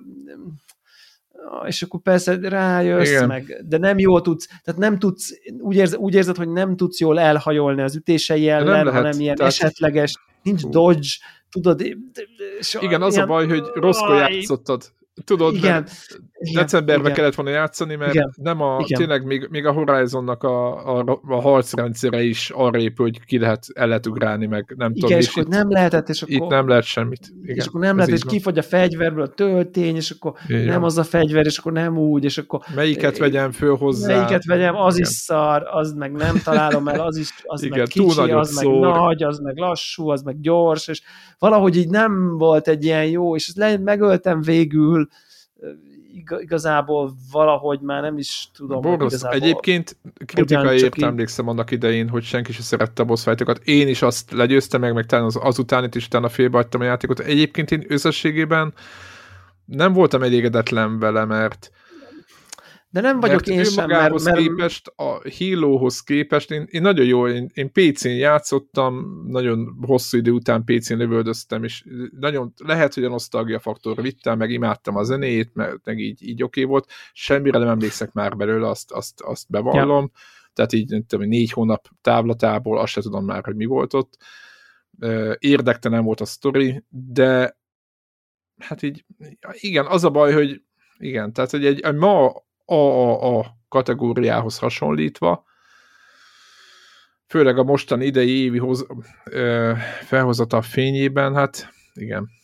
akkor persze rájössz, igen. De nem jól tudsz, tehát nem tudsz, úgy érzed, hogy nem tudsz jól elhajolni az ütései ellen, hanem ilyen esetleges, nincs dodge, tudod. Igen, az a baj, hogy rosszkor játszottad. Tudod, igen, decemberben kellett volna játszani, mert tényleg még a Horizonnak a harcrendszere is arra épül, hogy el lehet ugrálni, meg nem tudom. Igen, és akkor nem lehetett, és akkor... Itt nem lehet semmit. Igen, és akkor nem lehet, és kifogy a fegyverből a töltény, és akkor nem az a fegyver, és akkor nem úgy, és akkor... Melyiket vegyem föl hozzá? Melyiket vegyem, az is szar, az meg nem találom el, az meg kicsi, az meg nagy, az meg lassú, az meg gyors, és valahogy így nem volt egy ilyen jó, és megöltem végül, igazából valahogy már nem is tudom. Egyébként kritikai emlékszem annak idején, hogy senki sem szerette a boss fightokat. Én is azt legyőztem meg talán azután is utána félbehagytam a játékot. Egyébként én összességében nem voltam elégedetlen vele, mert de nem vagyok én sem, mert... képest, a Halo-hoz képest, én nagyon jó, én PC-n játszottam, nagyon hosszú idő után PC-n lövöldöztem, és nagyon lehet, hogy a nosztalgia faktor vittem, meg imádtam a zenét, meg így oké volt, semmire nem emlékszek már belőle, azt bevallom, tehát így nem tudom, 4 hónap távlatából azt sem tudom már, hogy mi volt ott. Érdektelen volt a sztori, de hát így, igen, az a baj, hogy igen, tehát hogy egy ma a kategóriához hasonlítva, főleg a mostani idei évi felhozatal fényében, hát igen,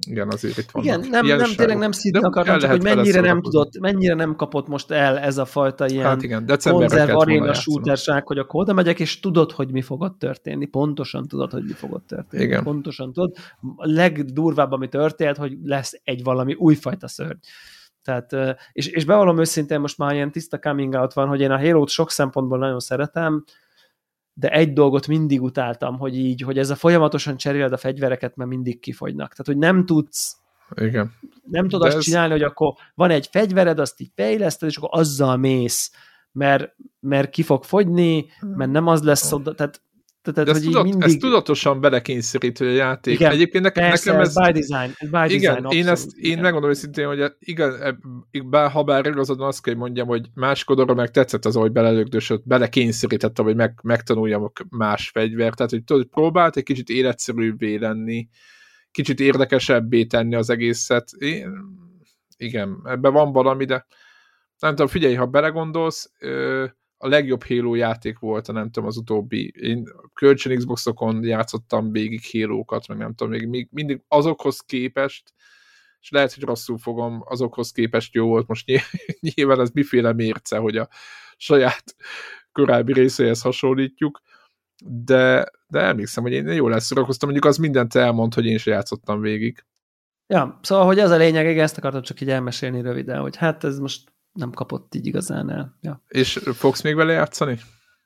Igen, azért itt vannak. Igen, tényleg nem szidni akartam, csak hogy mennyire nem kapott most el ez a fajta ilyen konzerv aréna shooterság, hogy akkor oda megyek, és tudod, hogy mi fogod történni. Pontosan tudod, hogy mi fogod történni. Igen. Pontosan tudod. A legdurvább, ami történt, hogy lesz egy valami újfajta szörny. Tehát, és bevallom őszintén, most már ilyen tiszta coming out van, hogy én a Halo-t sok szempontból nagyon szeretem, de egy dolgot mindig utáltam, hogy ez a folyamatosan cseréled a fegyvereket, mert mindig kifogynak. Tehát, hogy nem tudsz igen. Nem tudod azt csinálni, hogy akkor van egy fegyvered, azt így fejleszted, és akkor azzal mész, mert ki fog fogyni, mert nem az lesz oda, tehát mindig... ez tudatosan belekényszerítő a játék. Igen, egyébként nekem ez... by design. Igen, én megmondom őszintén, hogy igen, bár igazad van, azt kell, hogy mondjam, hogy más kodorra meg tetszett az, ahogy belelögdösött, belekényszerítettem, hogy megtanuljam más fegyvert, tehát hogy tudod, próbált egy kicsit életszerűbbé lenni, kicsit érdekesebbé tenni az egészet. Igen, ebben van valami, de nem tudom, figyelj, ha belegondolsz, a legjobb Halo játék volt, nem tudom, az utóbbi. Én kölcsön Xboxokon játszottam végig Halo-kat, meg nem tudom, még mindig azokhoz képest, és lehet, hogy rosszul fogom, azokhoz képest jó volt. Most nyilván ez miféle mérce, hogy a saját korábbi részéhez hasonlítjuk, de emlékszem, hogy én jól leszórakoztam, mondjuk az mindent elmond, hogy én se játszottam végig. Ja, szóval, hogy ez a lényeg, ezt akartam csak így elmesélni röviden, hogy hát ez most nem kapott így igazán el. Ja. És fogsz még vele játszani?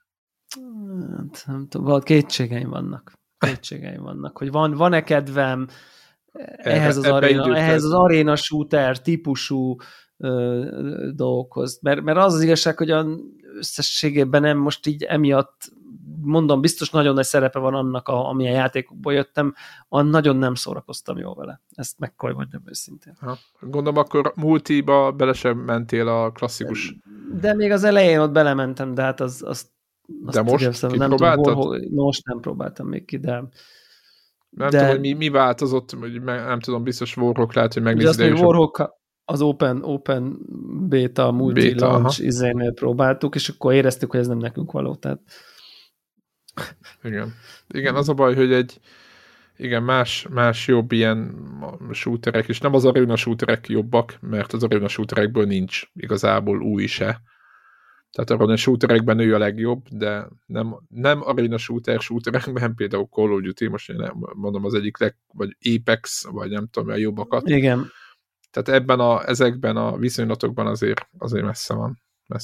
Hát, nem tudom, kétségeim vannak, hogy van-e kedvem ehhez az aréna shooter típusú dolgokhoz. Mert az igazság, hogy összességében nem most így emiatt mondom, biztos nagyon nagy szerepe van annak, amilyen játékokból jöttem, nagyon nem szórakoztam jól vele. Ezt meg kell mondjam őszintén. Gondolom, akkor multiba bele sem mentél a klasszikus... De még az elején ott belementem, de hát de most kipróbáltad? Most nem próbáltam még ki, de... Nem tudom, hogy mi változott, nem tudom, biztos Warhawk lehet, hogy megnézd. Ugye azt még Warhawk az Open Beta multi-launch izénél próbáltuk, és akkor éreztük, hogy ez nem nekünk való, tehát... Igen, az a baj, hogy más jobb ilyen shooterek, és nem az arena shooterek jobbak, mert az arena shooterekből nincs igazából új se. Tehát arena shooterekben ő a legjobb, de nem arena shooterekben, például Call of Duty, most én mondom az egyik vagy Apex, vagy nem tudom, a jobbakat. Igen. Tehát ezekben a viszonylatokban azért messze van.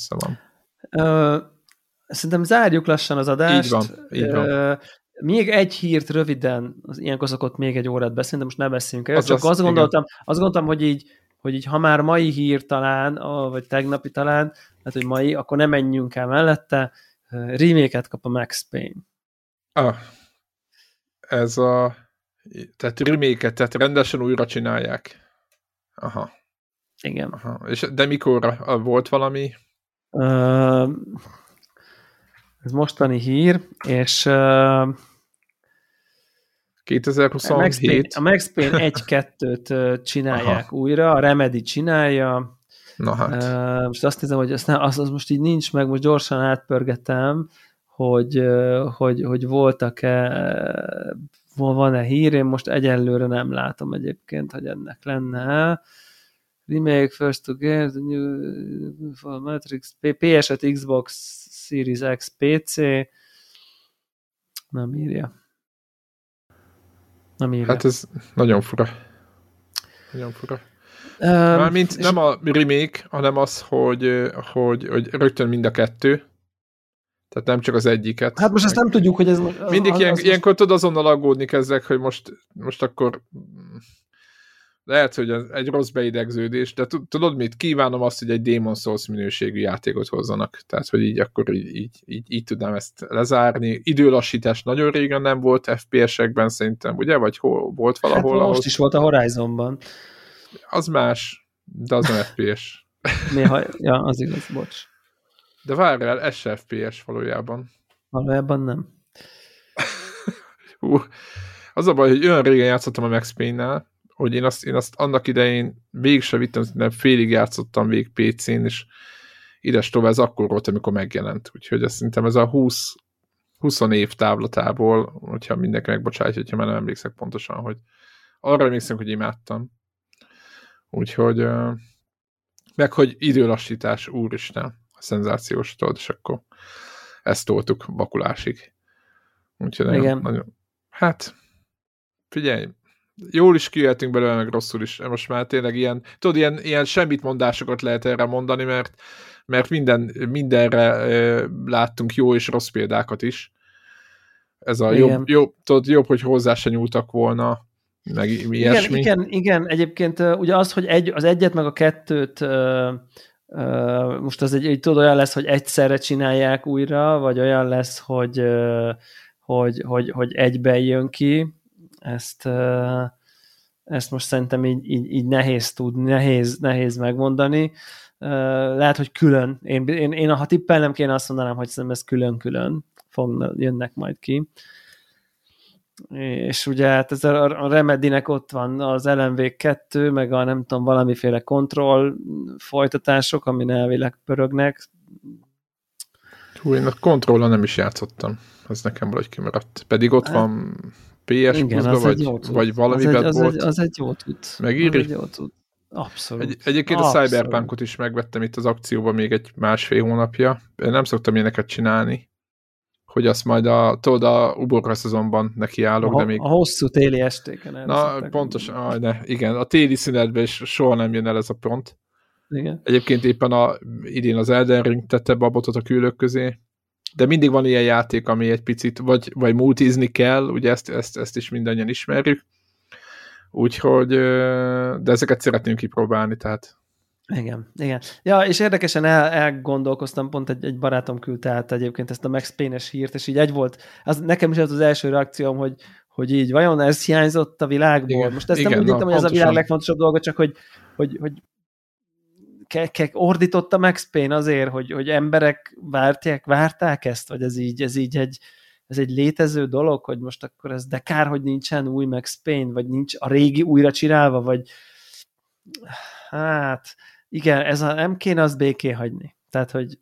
Szerintem zárjuk lassan az adást. Így van. Még egy hírt röviden, ilyenkor szokott még egy órát beszélni, de most ne beszéljünk el. Csak azt gondoltam, hogy így ha már mai hír talán, vagy tegnapi talán, hát hogy mai, akkor ne menjünk el mellette. Remake-et kap a Max Payne. Tehát remake-et, tehát rendesen újra csinálják. Aha. Igen. Aha. De mikorra? Volt valami? Ez mostani hír, és 2027. A Max Payne 1-2-t csinálják újra, a Remedy csinálja. Na hát. Most azt nézem, hogy az most így nincs meg, most gyorsan átpörgetem, hogy voltak-e, van-e hír, én most egyenlőre nem látom egyébként, hogy ennek lenne. Remake First to Get, the new for Matrix, PS5, Xbox Series X, PC, nem írja. Hát ez nagyon fura. Mármint nem a remake, hanem az, hogy rögtön mind a kettő. Tehát nem csak az egyiket. Hát most ezt nem tudjuk, hogy ez... Mindig ilyenkor tudod azonnal aggódni kezdek, hogy most akkor... Lehet, hogy egy rossz beidegződés, de tudod mit? Kívánom azt, hogy egy Demon's Souls minőségű játékot hozzanak. Tehát, hogy így akkor így tudnám ezt lezárni. Időlassítás nagyon régen nem volt FPS-ekben szerintem, ugye? Vagy volt valahol? Hát most is volt a Horizonban. Az más, de az nem FPS. Ja, az igaz, bocs. De várjál, ez se FPS valójában. Valójában nem. Az a baj, hogy olyan régen játszottam a Max Payne-nál, hogy én azt annak idején végig se vittem, nem félig játszottam végig PC-n, és ides tovább ez akkor volt, amikor megjelent. Úgyhogy azt szerintem ez a 20 év távlatából, hogyha mindenki megbocsátja, hogyha már nem emlékszek pontosan, hogy arra emlékszem, hogy imádtam. Úgyhogy meg hogy időlassítás, úristen, a szenzációs, tudod, és akkor ezt toltuk vakulásig. Úgyhogy nagyon, hát figyelj, jól is kijöhetünk belőle, meg rosszul is. Most már tényleg ilyen semmit mondásokat lehet erre mondani, mert mindenre láttunk jó és rossz példákat is. Ez a jobb, hogy hozzá se nyúltak volna, meg ilyesmi. Igen, egyébként ugye az, hogy az egyet meg a kettőt most az tudod, olyan lesz, hogy egyszerre csinálják újra, vagy olyan lesz, hogy egyben jön ki. Ezt most szerintem így nehéz tudni, nehéz megmondani. Lehet, hogy külön. Én ha tippelnem kéne, azt mondanám, hogy szerintem ez külön-külön jönnek majd ki. És ugye hát ez a Remedynek ott van az LMV2, meg a nem tudom, valamiféle kontroll folytatások, amin elvileg pörögnek. Hú, én a kontrollal nem is játszottam. Ez nekem valahogy kimaradt. Pedig ott van PS Plus-ba, vagy valamiben volt. Az egy jó tud. Megíri? Abszolút. Egyébként a Cyberpunkot is megvettem itt az akcióban még egy 1,5 hónapja. Én nem szoktam ilyeneket csinálni, hogy azt majd a uborka szezonban nekiállok, de még... A hosszú téli estéken. Na, pontosan, igen, a téli szünetben is soha nem jön el ez a pont. Igen. Egyébként éppen idén az Elden Ring tette be a botot a küldők közé, de mindig van ilyen játék, ami egy picit, vagy multizni kell, ugye ezt is mindannyian ismerjük, úgyhogy, de ezeket szeretném kipróbálni, tehát... Igen. Ja, és érdekesen elgondolkoztam, pont egy barátom küldte át egyébként ezt a Max Payne-es hírt, és így nekem is az első reakcióm, hogy így vajon ez hiányzott a világból. Igen, most ezt nem úgy hittem, hogy ez a világ legfontosabb dolga, csak hogy ordított a Max Payne azért, hogy emberek várták ezt, vagy ez egy létező dolog, hogy most akkor ez de kár, hogy nincsen új Max Payne, vagy nincs a régi újra csinálva, vagy hát igen, nem kéne azt béké hagyni. Tehát, hogy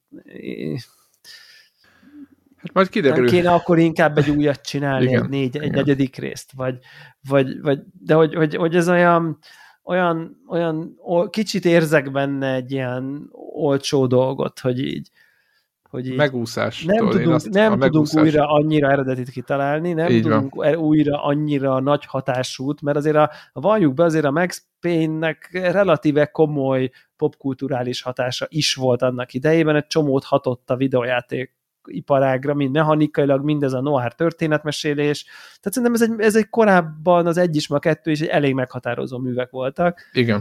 hát majd kiderül. Nem kéne akkor inkább egy újat csinálni, igen, egy negyedik részt, vagy de hogy ez olyan kicsit érzek benne egy ilyen olcsó dolgot, hogy így megúszás. Nem tudunk újra annyira eredetit kitalálni, nem tudunk újra annyira nagy hatásút, mert azért valljuk be, azért a Max Payne-nek relatíve komoly popkulturális hatása is volt annak idejében, egy csomót hatott a videójáték iparágra, mind mechanikailag, mind ez a noir történetmesélés. Tehát szerintem ez egy korábban az 1 is, ma 2 is egy elég meghatározó művek voltak. Igen.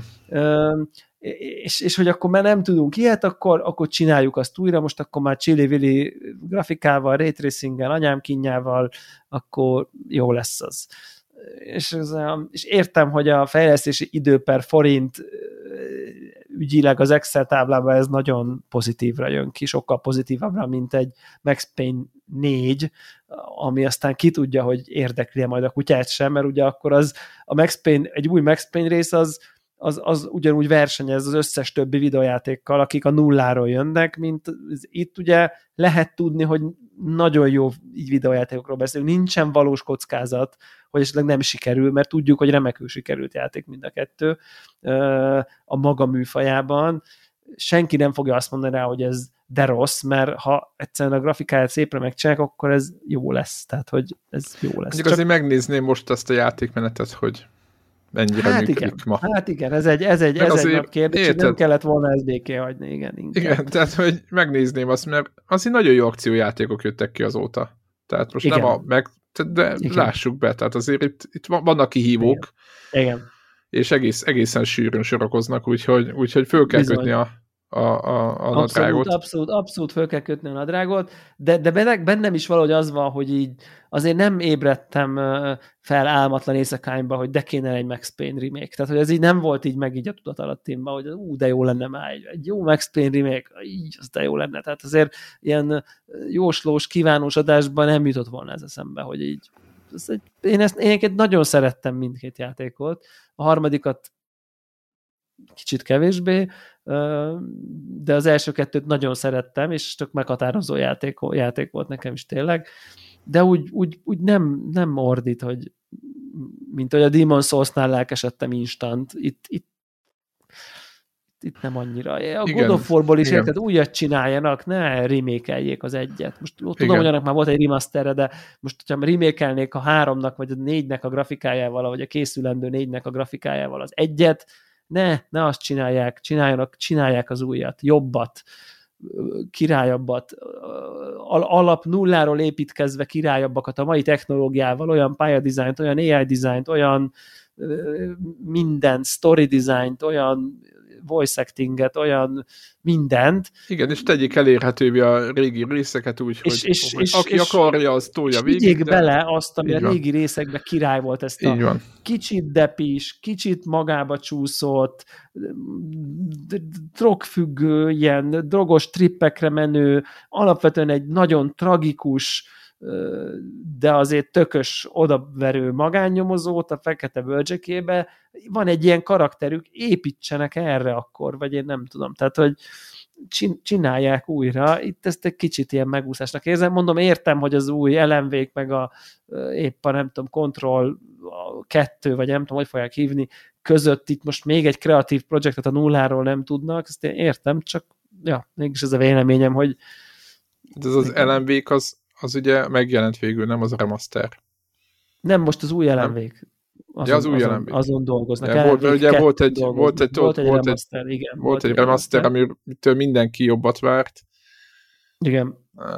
És hogy akkor már nem tudunk ilyet, akkor csináljuk azt újra, most akkor már chili-willi grafikával, ray tracinggel, anyám kínjával, akkor jó lesz az. És értem, hogy a fejlesztési idő per forint ügyileg az Excel táblában ez nagyon pozitívra jön ki, sokkal pozitívabbra, mint egy Max Payne 4, ami aztán ki tudja, hogy érdekli majd a kutyát sem, mert ugye akkor egy új Max Payne rész az ugyanúgy versenyez az összes többi videójátékkal, akik a nulláról jönnek, mint itt ugye lehet tudni, hogy nagyon jó videójátékokról beszélünk, nincsen valós kockázat, hogy esetleg nem sikerül, mert tudjuk, hogy remekül sikerült játék mind a kettő a maga műfajában. Senki nem fogja azt mondani rá, hogy ez de rossz, mert ha egyszerűen a grafikáját szépre megcsinálják, akkor ez jó lesz. Tehát, hogy ez jó lesz. Csak azért megnézném most ezt a játékmenetet, hogy mennyire működik ma. Hát igen, ez egy nagy kérdés, hogy nem kellett volna ezt béké hagyni, igen. Igen, tehát, hogy megnézném azt, mert azért nagyon jó akciójátékok jöttek ki azóta. Tehát most igen. De igen. Lássuk be, tehát azért itt vannak kihívók, igen. És egészen sűrűn sorakoznak, úgyhogy föl kell kötni a nadrágot. Abszolút föl kell kötni a nadrágot, de bennem is valahogy az van, hogy így azért nem ébredtem fel álmatlan éjszakáimba, hogy de kéne egy Max Payne remake. Tehát, hogy ez így nem volt így meg így a tudatalattimban, hogy de jó lenne már egy jó Max Payne remake, így az de jó lenne. Tehát azért ilyen jóslós, kívánós adásban nem jutott volna ez eszembe, hogy így én nagyon szerettem mindkét játékot. A harmadikat kicsit kevésbé, de az első kettőt nagyon szerettem, és tök meghatározó játék volt nekem is tényleg, de úgy nem ordít, hogy mint hogy a Demon's Souls-nál lelkesedtem instant. Itt nem annyira. A God of War-ból is érted, újat csináljanak, ne remake-eljék az egyet. Most tudom, hogy annak már volt egy remasterre, de most, hogyha remake-elnék a 3-nak, vagy a 4-nek a grafikájával, vagy a készülendő 4-nek a grafikájával az egyet, ne azt csinálják az újat, jobbat, királyabbat, alap nulláról építkezve királyabbakat a mai technológiával, olyan pályadizájnt, olyan AI dizájnt, olyan minden, story dizájnt, olyan voice actinget, olyan mindent. Igen, és tegyék elérhetővé a régi részeket úgy, hogy aki akarja, az tolja végig. Vigyék bele azt, ami a régi részekben király volt, ezt a kicsit depis, kicsit magába csúszott, drogfüggő, ilyen drogos trippekre menő, alapvetően egy nagyon tragikus, de azért tökös odaverő magánnyomozót a fekete bölcsekébe, van egy ilyen karakterük, építsenek erre akkor, vagy én nem tudom. Tehát, hogy csinálják újra. Itt ezt egy kicsit ilyen megúszásnak érzem. Mondom, értem, hogy az új LMV-k, meg épp a nem tudom, Control 2, vagy nem tudom, hogy fogják hívni, között itt most még egy kreatív projektet a nulláról nem tudnak, ezt én értem, csak mégis ez a véleményem, hogy de az LMV-k az ugye megjelent végül, nem az a remaster. Nem, most az új LMV-k. Azon dolgoznak. Volt egy remaster, amitől mindenki jobbat várt. Igen.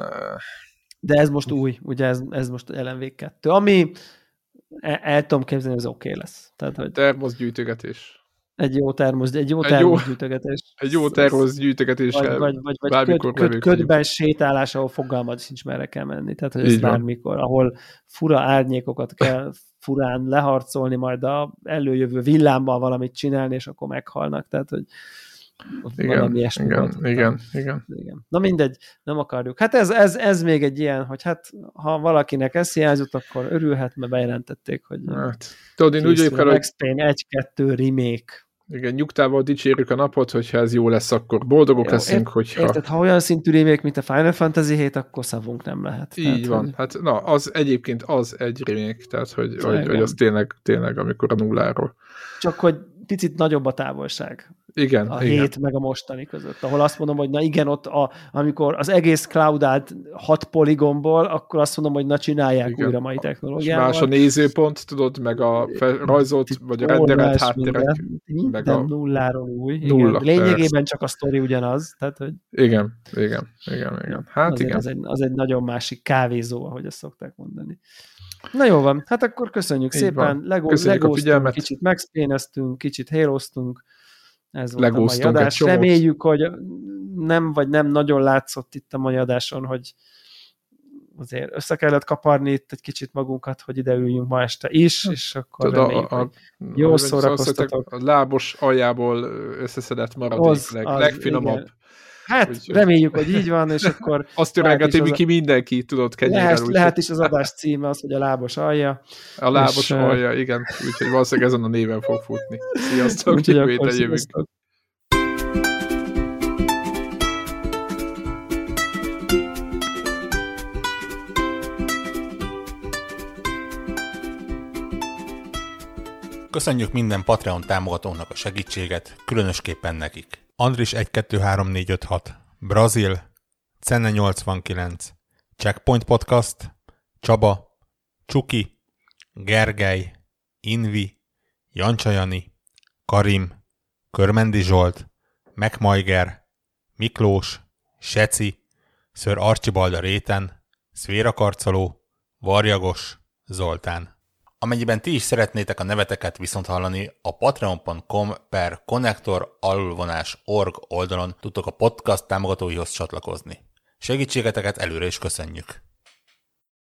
De ez most új, ugye ez most LMV2. Ami el tudom képzelni, hogy ez oké lesz. Tehát, hogy termoszgyűjtögetés. Egy jó termoszgyűjtögetés. Egy jó termoszgyűjtögetéssel. Vagy ködben sétálás, ahol fogalmad sincs, merre kell menni. Tehát, hogy ez bármikor, ahol fura árnyékokat kell furán leharcolni, majd a előjövő villámmal valamit csinálni, és akkor meghalnak. Tehát, hogy valami ilyesmi volt. Igen. Na mindegy, nem akarjuk. Hát ez még egy ilyen, hogy hát ha valakinek ez hiányzott, akkor örülhet, mert bejelentették, hogy tudod, én úgy vagyok, Max Payne 1-2 remake. Igen, nyugtával dicsérjük a napot, hogyha ez jó lesz, akkor boldogok leszünk, hogyha... Érted, ha olyan szintű remake, mint a Final Fantasy 7, akkor szavunk nem lehet. Így tehát, van. Hát az egyébként az egy remake, tehát hogy az tényleg amikor a nulláról. Csak hogy picit nagyobb a távolság. Igen. A 7 meg a mostani között. Ahol azt mondom, hogy na igen, ott amikor az egész cloud állt 6 poligonból, akkor azt mondom, hogy na csinálják újra mai technológiával. És más a nézőpont, tudod, meg a rajzolt, vagy a renderelt hátterek. Minden nulláról új. Nulla, lényegében csak a sztori ugyanaz. Tehát, hogy igen. Hát azért igen. Az egy nagyon másik kávézó, ahogy ezt szokták mondani. Na jó van, hát akkor köszönjük szépen. Legóztunk, kicsit Max Payne-eztünk, kicsit Halo-ztunk. Ez volt a mai adás. Reméljük, hogy nem nagyon látszott itt a mai adáson, hogy azért össze kellett kaparni itt egy kicsit magunkat, hogy ide üljünk ma este is, és akkor reméljük, hogy jól szórakoztatok. A lábos aljából összeszedett maradék, legfinomabb. Igen. Hát reméljük, hogy így van, és akkor... Azt töregetünk ki mindenki, tudod, kenyérrel. Lehet is az adás címe az, hogy a lábos alja. A lábos alja, igen. Úgyhogy valószínűleg ezen a néven fog futni. Sziasztok, jövő héten jövünk. Köszönjük minden Patreon támogatónak a segítséget, különösképpen nekik. Andris 123456, Brazil, Cenne 89, Checkpoint Podcast, Csaba, Csuki, Gergely, Invi, Jancsajani, Karim, Körmendi Zsolt, Megmajger, Miklós, Seci, Ször Archibald Réten, Szvéra Karcoló, Varjagos, Zoltán. Amennyiben ti is szeretnétek a neveteket viszont hallani, a patreon.com/connector_org oldalon tudtok a podcast támogatóihoz csatlakozni. Segítségeteket előre is köszönjük!